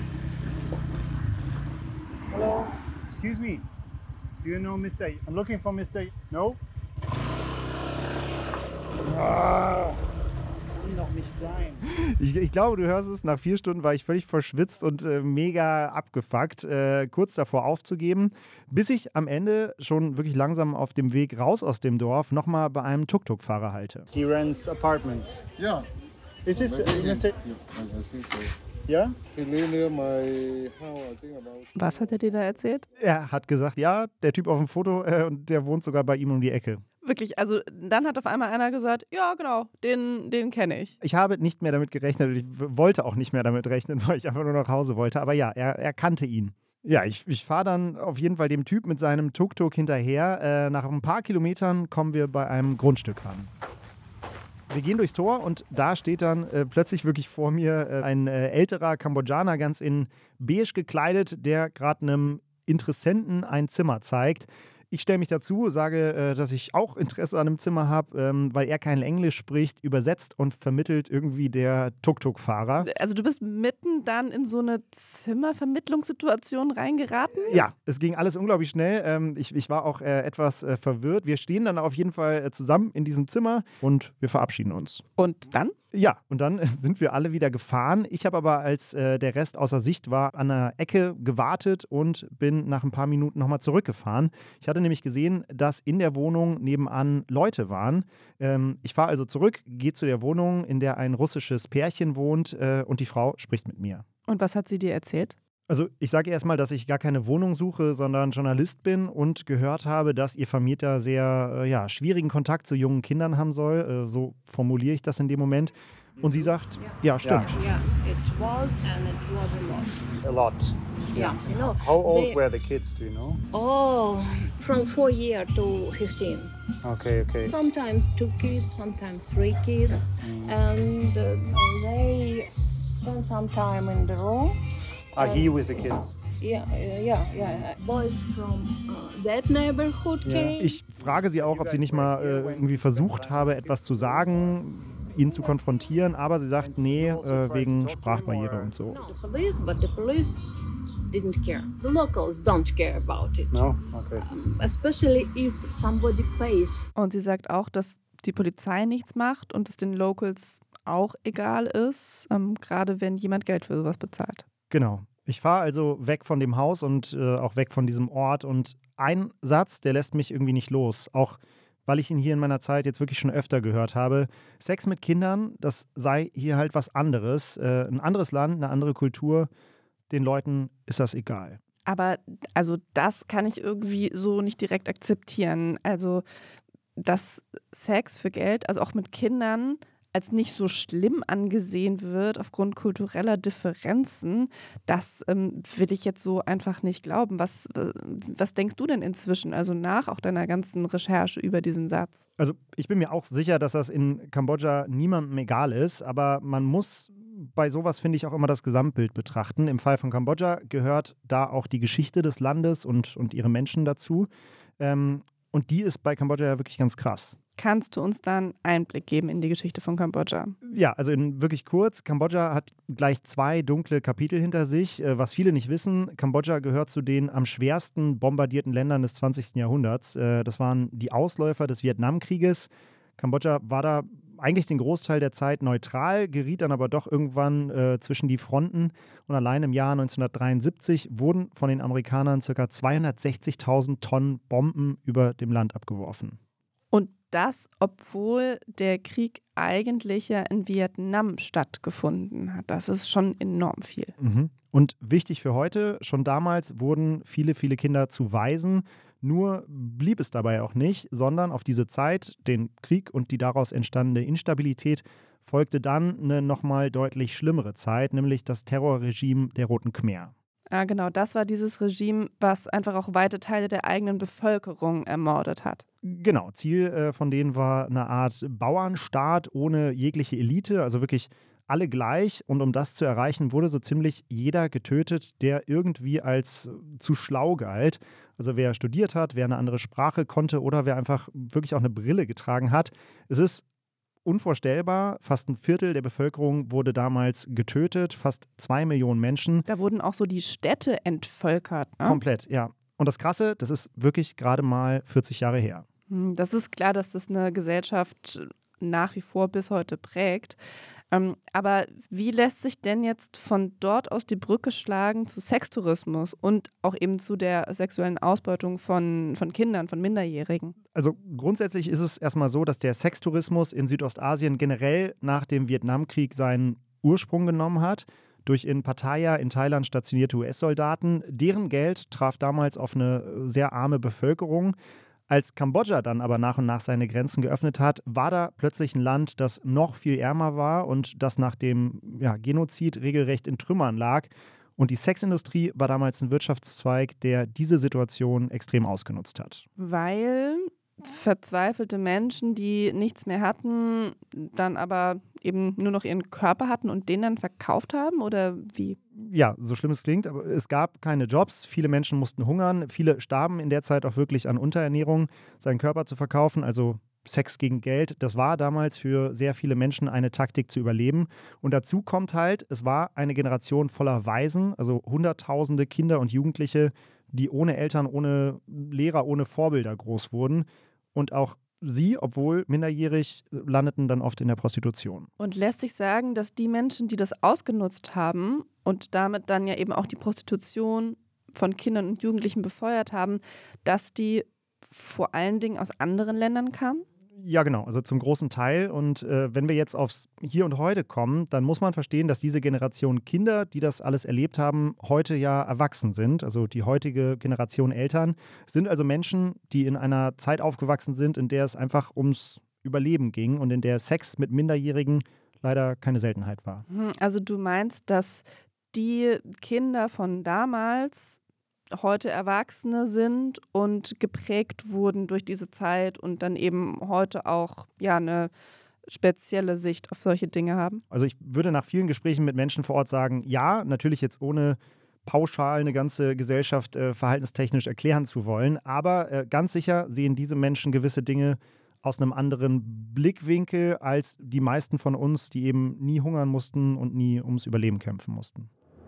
Hello, excuse me. Do you know Mister I'm looking for Mister No? Ah, kann doch nicht sein. Ich, ich glaube, du hörst es, nach vier Stunden war ich völlig verschwitzt und äh, mega abgefuckt, äh, kurz davor aufzugeben, bis ich am Ende schon wirklich langsam auf dem Weg raus aus dem Dorf nochmal bei einem Tuk-Tuk-Fahrer halte. He rents apartments. Yeah. Is this uh, Mister Yeah, I think so. Yeah? He live near my house, I think about. Was hat er dir da erzählt? Er hat gesagt, ja, der Typ auf dem Foto, äh, und der wohnt sogar bei ihm um die Ecke. Wirklich, also dann hat auf einmal einer gesagt, ja genau, den, den kenne ich. Ich habe nicht mehr damit gerechnet und ich wollte auch nicht mehr damit rechnen, weil ich einfach nur nach Hause wollte. Aber ja, er, er kannte ihn. Ja, ich, ich fahre dann auf jeden Fall dem Typ mit seinem Tuk-Tuk hinterher. Äh, nach ein paar Kilometern kommen wir bei einem Grundstück an. Wir gehen durchs Tor und da steht dann äh, plötzlich wirklich vor mir äh, ein äh, älterer Kambodschaner, ganz in beige gekleidet, der gerade einem Interessenten ein Zimmer zeigt. Ich stelle mich dazu, sage, äh, dass ich auch Interesse an einem Zimmer habe, ähm, weil er kein Englisch spricht, übersetzt und vermittelt irgendwie der Tuk-Tuk-Fahrer. Also du bist mitten dann in so eine Zimmervermittlungssituation reingeraten? Ja, es ging alles unglaublich schnell. Ähm, ich, ich war auch äh, etwas äh, verwirrt. Wir stehen dann auf jeden Fall äh, zusammen in diesem Zimmer und wir verabschieden uns. Und dann? Ja, und dann sind wir alle wieder gefahren. Ich habe aber, als äh, der Rest außer Sicht war, an einer Ecke gewartet und bin nach ein paar Minuten nochmal zurückgefahren. Ich hatte nämlich gesehen, dass in der Wohnung nebenan Leute waren. Ähm, ich fahre also zurück, gehe zu der Wohnung, in der ein russisches Pärchen wohnt, äh, und die Frau spricht mit mir. Und was hat sie dir erzählt? Also ich sage erstmal, dass ich gar keine Wohnung suche, sondern Journalist bin und gehört habe, dass ihr Vermieter sehr äh, ja, schwierigen Kontakt zu jungen Kindern haben soll. Äh, so formuliere ich das in dem Moment. Und sie sagt, ja, stimmt. Yeah, it was and it was a lot. A lot. Yeah, you know. How old they- were the kids, do you know? Oh, from four years to fifteen. Okay, okay. Sometimes two kids, sometimes three kids, and uh, they spend some time in the room. Are he with the kids? Yeah, yeah, yeah, yeah. Boys from uh, that neighborhood came. Ich frage sie auch, ob sie nicht mal äh, irgendwie versucht habe, etwas zu sagen, ihn zu konfrontieren, aber sie sagt, nee, äh, wegen Sprachbarriere und so. No, the police, but the police didn't care. The locals don't care about it. No? Okay. Um, especially if somebody pays. Und sie sagt auch, dass die Polizei nichts macht und es den Locals auch egal ist, ähm, gerade wenn jemand Geld für sowas bezahlt. Genau. Ich fahre also weg von dem Haus und äh, auch weg von diesem Ort. Und ein Satz, der lässt mich irgendwie nicht los. Auch weil ich ihn hier in meiner Zeit jetzt wirklich schon öfter gehört habe. Sex mit Kindern, das sei hier halt was anderes. Äh, ein anderes Land, eine andere Kultur. Den Leuten ist das egal. Aber also das kann ich irgendwie so nicht direkt akzeptieren. Also dass Sex für Geld, also auch mit Kindern, als nicht so schlimm angesehen wird aufgrund kultureller Differenzen, das ähm, will ich jetzt so einfach nicht glauben. Was, äh, was denkst du denn inzwischen, also nach auch deiner ganzen Recherche über diesen Satz? Also ich bin mir auch sicher, dass das in Kambodscha niemandem egal ist, aber man muss bei sowas, finde ich, auch immer das Gesamtbild betrachten. Im Fall von Kambodscha gehört da auch die Geschichte des Landes und, und ihre Menschen dazu. Ähm, und die ist bei Kambodscha ja wirklich ganz krass. Kannst du uns da einen Einblick geben in die Geschichte von Kambodscha? Ja, also in wirklich kurz, Kambodscha hat gleich zwei dunkle Kapitel hinter sich. Äh, was viele nicht wissen, Kambodscha gehört zu den am schwersten bombardierten Ländern des zwanzigsten Jahrhunderts. Äh, das waren die Ausläufer des Vietnamkrieges. Kambodscha war da eigentlich den Großteil der Zeit neutral, geriet dann aber doch irgendwann äh, zwischen die Fronten. Und allein im Jahr neunzehnhundertdreiundsiebzig wurden von den Amerikanern ca. zweihundertsechzigtausend Tonnen Bomben über dem Land abgeworfen. Und das, obwohl der Krieg eigentlich ja in Vietnam stattgefunden hat. Das ist schon enorm viel. Mhm. Und wichtig für heute, schon damals wurden viele, viele Kinder zu Waisen. Nur blieb es dabei auch nicht, sondern auf diese Zeit, den Krieg und die daraus entstandene Instabilität, folgte dann eine nochmal deutlich schlimmere Zeit, nämlich das Terrorregime der Roten Khmer. Ah, genau, das war dieses Regime, was einfach auch weite Teile der eigenen Bevölkerung ermordet hat. Genau, Ziel äh, von denen war eine Art Bauernstaat ohne jegliche Elite, also wirklich alle gleich. Und um das zu erreichen, wurde so ziemlich jeder getötet, der irgendwie als zu schlau galt. Also wer studiert hat, wer eine andere Sprache konnte oder wer einfach wirklich auch eine Brille getragen hat. Es ist unvorstellbar, fast ein Viertel der Bevölkerung wurde damals getötet, fast zwei Millionen Menschen. Da wurden auch so die Städte entvölkert. Ne? Komplett, ja. Und das Krasse, das ist wirklich gerade mal vierzig Jahre her. Das ist klar, dass das eine Gesellschaft nach wie vor bis heute prägt. Ähm, aber wie lässt sich denn jetzt von dort aus die Brücke schlagen zu Sextourismus und auch eben zu der sexuellen Ausbeutung von, von Kindern, von Minderjährigen? Also grundsätzlich ist es erstmal so, dass der Sextourismus in Südostasien generell nach dem Vietnamkrieg seinen Ursprung genommen hat. Durch in Pattaya in Thailand stationierte U S-Soldaten. Deren Geld traf damals auf eine sehr arme Bevölkerung. Als Kambodscha dann aber nach und nach seine Grenzen geöffnet hat, war da plötzlich ein Land, das noch viel ärmer war und das nach dem ja, Genozid regelrecht in Trümmern lag. Und die Sexindustrie war damals ein Wirtschaftszweig, der diese Situation extrem ausgenutzt hat. Weil verzweifelte Menschen, die nichts mehr hatten, dann aber eben nur noch ihren Körper hatten und den dann verkauft haben oder wie? Ja, so schlimm es klingt, aber es gab keine Jobs, viele Menschen mussten hungern, viele starben in der Zeit auch wirklich an Unterernährung, seinen Körper zu verkaufen, also Sex gegen Geld, das war damals für sehr viele Menschen eine Taktik zu überleben. Und dazu kommt halt, es war eine Generation voller Waisen, also hunderttausende Kinder und Jugendliche, die ohne Eltern, ohne Lehrer, ohne Vorbilder groß wurden. Und auch sie, obwohl minderjährig, landeten dann oft in der Prostitution. Und lässt sich sagen, dass die Menschen, die das ausgenutzt haben und damit dann ja eben auch die Prostitution von Kindern und Jugendlichen befeuert haben, dass die vor allen Dingen aus anderen Ländern kamen? Ja, genau, also zum großen Teil. Und äh, wenn wir jetzt aufs Hier und Heute kommen, dann muss man verstehen, dass diese Generation Kinder, die das alles erlebt haben, heute ja erwachsen sind. Also die heutige Generation Eltern sind also Menschen, die in einer Zeit aufgewachsen sind, in der es einfach ums Überleben ging und in der Sex mit Minderjährigen leider keine Seltenheit war. Also du meinst, dass die Kinder von damals heute Erwachsene sind und geprägt wurden durch diese Zeit und dann eben heute auch ja eine spezielle Sicht auf solche Dinge haben? Also ich würde nach vielen Gesprächen mit Menschen vor Ort sagen, ja, natürlich jetzt ohne pauschal eine ganze Gesellschaft äh, verhaltenstechnisch erklären zu wollen, aber äh, ganz sicher sehen diese Menschen gewisse Dinge aus einem anderen Blickwinkel als die meisten von uns, die eben nie hungern mussten und nie ums Überleben kämpfen mussten.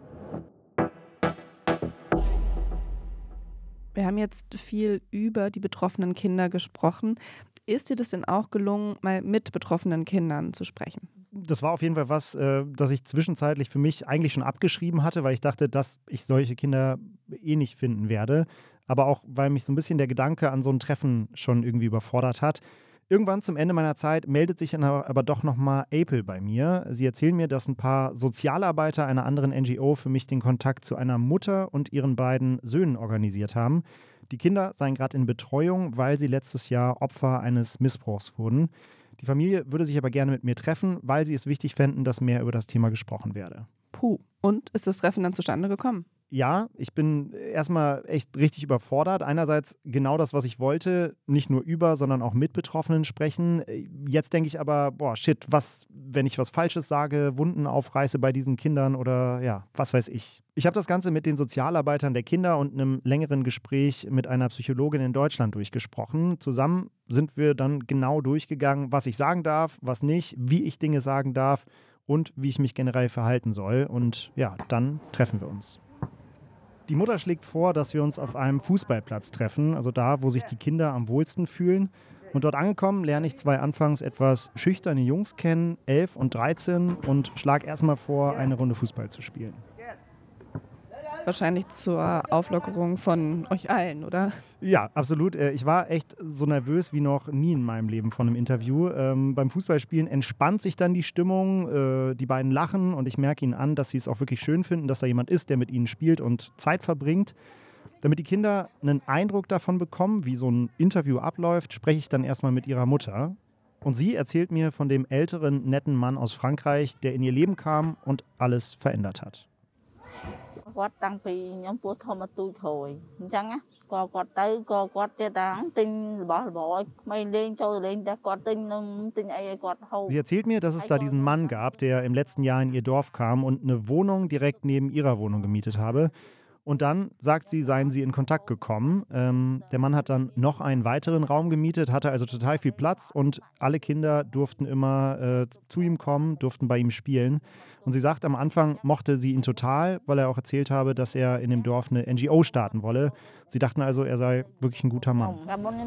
Wir haben jetzt viel über die betroffenen Kinder gesprochen. Ist dir das denn auch gelungen, mal mit betroffenen Kindern zu sprechen? Das war auf jeden Fall was, äh, das ich zwischenzeitlich für mich eigentlich schon abgeschrieben hatte, weil ich dachte, dass ich solche Kinder eh nicht finden werde. Aber auch, weil mich so ein bisschen der Gedanke an so ein Treffen schon irgendwie überfordert hat. Irgendwann zum Ende meiner Zeit meldet sich dann aber doch nochmal April bei mir. Sie erzählen mir, dass ein paar Sozialarbeiter einer anderen N G O für mich den Kontakt zu einer Mutter und ihren beiden Söhnen organisiert haben. Die Kinder seien gerade in Betreuung, weil sie letztes Jahr Opfer eines Missbrauchs wurden. Die Familie würde sich aber gerne mit mir treffen, weil sie es wichtig fänden, dass mehr über das Thema gesprochen werde. Puh, und ist das Treffen dann zustande gekommen? Ja, ich bin erstmal echt richtig überfordert. Einerseits genau das, was ich wollte, nicht nur über, sondern auch mit Betroffenen sprechen. Jetzt denke ich aber, boah, shit, was, wenn ich was Falsches sage, Wunden aufreiße bei diesen Kindern oder ja, was weiß ich. Ich habe das Ganze mit den Sozialarbeitern der Kinder und einem längeren Gespräch mit einer Psychologin in Deutschland durchgesprochen. Zusammen sind wir dann genau durchgegangen, was ich sagen darf, was nicht, wie ich Dinge sagen darf und wie ich mich generell verhalten soll. Und ja, dann treffen wir uns. Die Mutter schlägt vor, dass wir uns auf einem Fußballplatz treffen, also da, wo sich die Kinder am wohlsten fühlen. Und dort angekommen lerne ich zwei anfangs etwas schüchterne Jungs kennen, elf und dreizehn, und schlage erstmal vor, eine Runde Fußball zu spielen. Wahrscheinlich zur Auflockerung von euch allen, oder? Ja, absolut. Ich war echt so nervös wie noch nie in meinem Leben von einem Interview. Ähm, beim Fußballspielen entspannt sich dann die Stimmung, äh, die beiden lachen und ich merke ihnen an, dass sie es auch wirklich schön finden, dass da jemand ist, der mit ihnen spielt und Zeit verbringt. Damit die Kinder einen Eindruck davon bekommen, wie so ein Interview abläuft, spreche ich dann erstmal mit ihrer Mutter. Und sie erzählt mir von dem älteren, netten Mann aus Frankreich, der in ihr Leben kam und alles verändert hat. Sie erzählt mir, dass es da diesen Mann gab, der im letzten Jahr in ihr Dorf kam und eine Wohnung direkt neben ihrer Wohnung gemietet habe. Und dann, sagt sie, seien sie in Kontakt gekommen. Ähm, der Mann hat dann noch einen weiteren Raum gemietet, hatte also total viel Platz und alle Kinder durften immer äh, zu ihm kommen, durften bei ihm spielen. Und sie sagt, am Anfang mochte sie ihn total, weil er auch erzählt habe, dass er in dem Dorf eine N G O starten wolle. Sie dachten also, er sei wirklich ein guter Mann.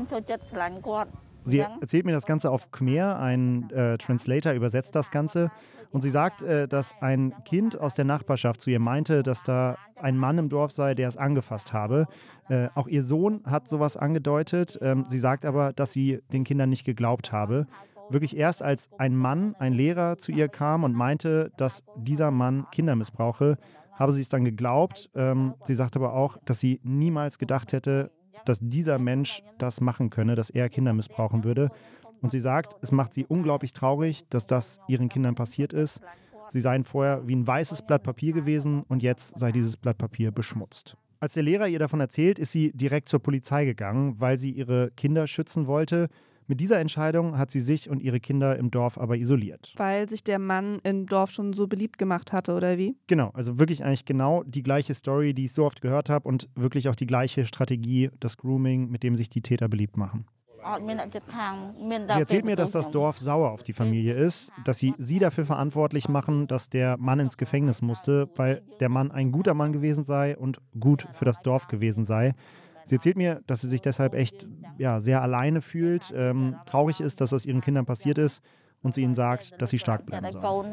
Sie erzählt mir das Ganze auf Khmer, ein äh, Translator übersetzt das Ganze. Und sie sagt, äh, dass ein Kind aus der Nachbarschaft zu ihr meinte, dass da ein Mann im Dorf sei, der es angefasst habe. Äh, auch ihr Sohn hat sowas angedeutet. Ähm, sie sagt aber, dass sie den Kindern nicht geglaubt habe. Wirklich erst als ein Mann, ein Lehrer zu ihr kam und meinte, dass dieser Mann Kinder missbrauche, habe sie es dann geglaubt. Ähm, sie sagt aber auch, dass sie niemals gedacht hätte, dass dieser Mensch das machen könne, dass er Kinder missbrauchen würde. Und sie sagt, es macht sie unglaublich traurig, dass das ihren Kindern passiert ist. Sie seien vorher wie ein weißes Blatt Papier gewesen und jetzt sei dieses Blatt Papier beschmutzt. Als der Lehrer ihr davon erzählt, ist sie direkt zur Polizei gegangen, weil sie ihre Kinder schützen wollte. Mit dieser Entscheidung hat sie sich und ihre Kinder im Dorf aber isoliert. Weil sich der Mann im Dorf schon so beliebt gemacht hatte, oder wie? Genau, also wirklich eigentlich genau die gleiche Story, die ich so oft gehört habe und wirklich auch die gleiche Strategie, das Grooming, mit dem sich die Täter beliebt machen. Sie erzählt mir, dass das Dorf sauer auf die Familie ist, dass sie sie dafür verantwortlich machen, dass der Mann ins Gefängnis musste, weil der Mann ein guter Mann gewesen sei und gut für das Dorf gewesen sei. Sie erzählt mir, dass sie sich deshalb echt ja, sehr alleine fühlt, ähm, traurig ist, dass das ihren Kindern passiert ist und sie ihnen sagt, dass sie stark bleiben sollen.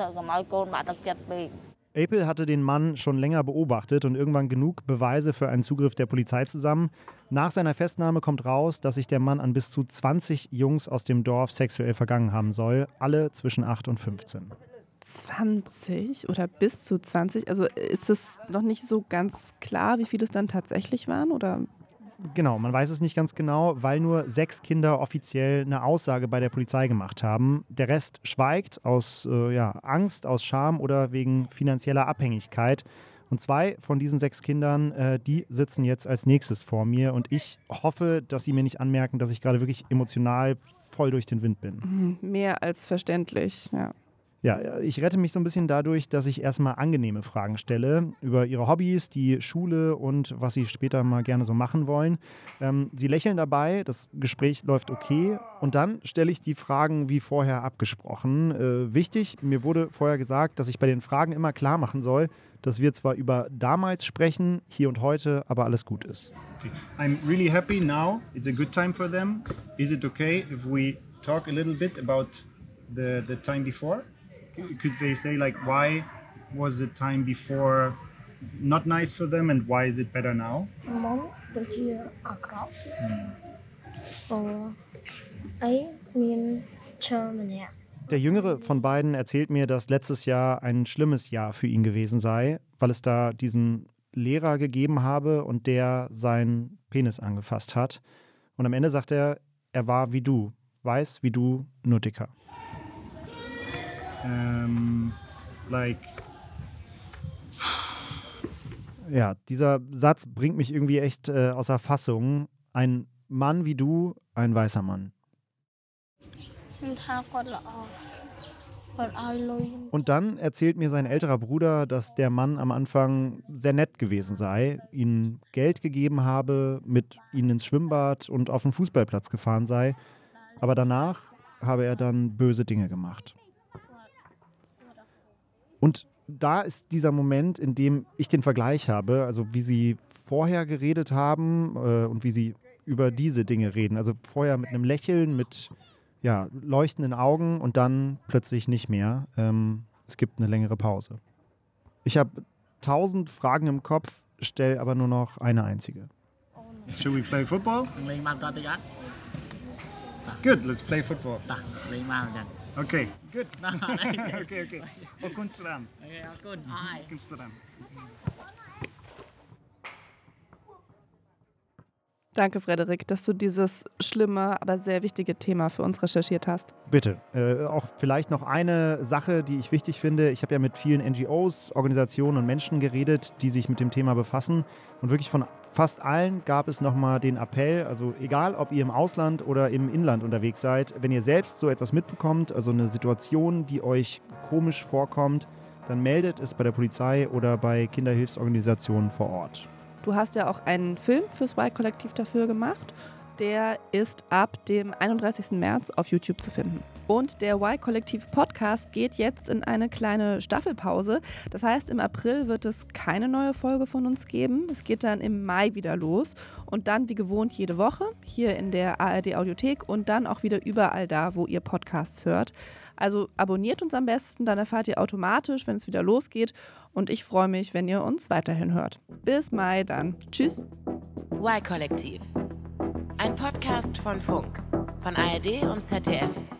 April hatte den Mann schon länger beobachtet und irgendwann genug Beweise für einen Zugriff der Polizei zusammen. Nach seiner Festnahme kommt raus, dass sich der Mann an bis zu zwanzig Jungs aus dem Dorf sexuell vergangen haben soll, alle zwischen acht und fünfzehn. zwanzig oder bis zu zwanzig? Also ist es noch nicht so ganz klar, wie viele es dann tatsächlich waren, oder? Genau, man weiß es nicht ganz genau, weil nur sechs Kinder offiziell eine Aussage bei der Polizei gemacht haben. Der Rest schweigt aus äh, ja, Angst, aus Scham oder wegen finanzieller Abhängigkeit. Und zwei von diesen sechs Kindern, äh, die sitzen jetzt als nächstes vor mir. Und ich hoffe, dass sie mir nicht anmerken, dass ich gerade wirklich emotional voll durch den Wind bin. Mhm, mehr als verständlich, ja. Ja, ich rette mich so ein bisschen dadurch, dass ich erstmal angenehme Fragen stelle über ihre Hobbys, die Schule und was sie später mal gerne so machen wollen. Ähm, sie lächeln dabei, das Gespräch läuft okay und dann stelle ich die Fragen wie vorher abgesprochen. Äh, wichtig, mir wurde vorher gesagt, dass ich bei den Fragen immer klar machen soll, dass wir zwar über damals sprechen, hier und heute, aber alles gut ist. Okay. I'm really happy now. It's a good time for them. Is it okay if we talk a little bit about the, the time before? Could they say, like, why was the time before not nice for them and why is it better now? Mónដូចជាអាក្រក់អូអីមានឈើម្នាក់ Der Jüngere von beiden erzählt mir, dass letztes Jahr ein schlimmes Jahr für ihn gewesen sei, weil es da diesen Lehrer gegeben habe und der seinen Penis angefasst hat. Und am Ende sagt er, er war wie du, weiß wie du, nur dicker. Um, like Ja, dieser Satz bringt mich irgendwie echt äh, außer Fassung. Ein Mann wie du, ein weißer Mann. Und dann erzählt mir sein älterer Bruder, dass der Mann am Anfang sehr nett gewesen sei, ihnen Geld gegeben habe, mit ihnen ins Schwimmbad und auf den Fußballplatz gefahren sei. Aber danach habe er dann böse Dinge gemacht. Und da ist dieser Moment, in dem ich den Vergleich habe, also wie sie vorher geredet haben äh, und wie sie über diese Dinge reden. Also vorher mit einem Lächeln, mit ja, leuchtenden Augen und dann plötzlich nicht mehr. Ähm, es gibt eine längere Pause. Ich habe tausend Fragen im Kopf, stelle aber nur noch eine einzige. Should we play football? Good, let's play football. Okay, good. okay, okay. Oh, kunst dran. Kunst dran. Danke, Frederik, dass du dieses schlimme, aber sehr wichtige Thema für uns recherchiert hast. Bitte. Äh, auch vielleicht noch eine Sache, die ich wichtig finde. Ich habe ja mit vielen N G Os, Organisationen und Menschen geredet, die sich mit dem Thema befassen. Und wirklich von fast allen gab es nochmal den Appell, also egal, ob ihr im Ausland oder im Inland unterwegs seid, wenn ihr selbst so etwas mitbekommt, also eine Situation, die euch komisch vorkommt, dann meldet es bei der Polizei oder bei Kinderhilfsorganisationen vor Ort. Du hast ja auch einen Film fürs Y-Kollektiv dafür gemacht. Der ist ab dem einunddreißigsten März auf YouTube zu finden. Und der Y-Kollektiv-Podcast geht jetzt in eine kleine Staffelpause. Das heißt, im April wird es keine neue Folge von uns geben. Es geht dann im Mai wieder los. Und dann wie gewohnt jede Woche hier in der A R D-Audiothek und dann auch wieder überall da, wo ihr Podcasts hört. Also abonniert uns am besten, dann erfahrt ihr automatisch, wenn es wieder losgeht. Und ich freue mich, wenn ihr uns weiterhin hört. Bis Mai dann. Tschüss. Y-Kollektiv. Ein Podcast von Funk, von A R D und Z D F.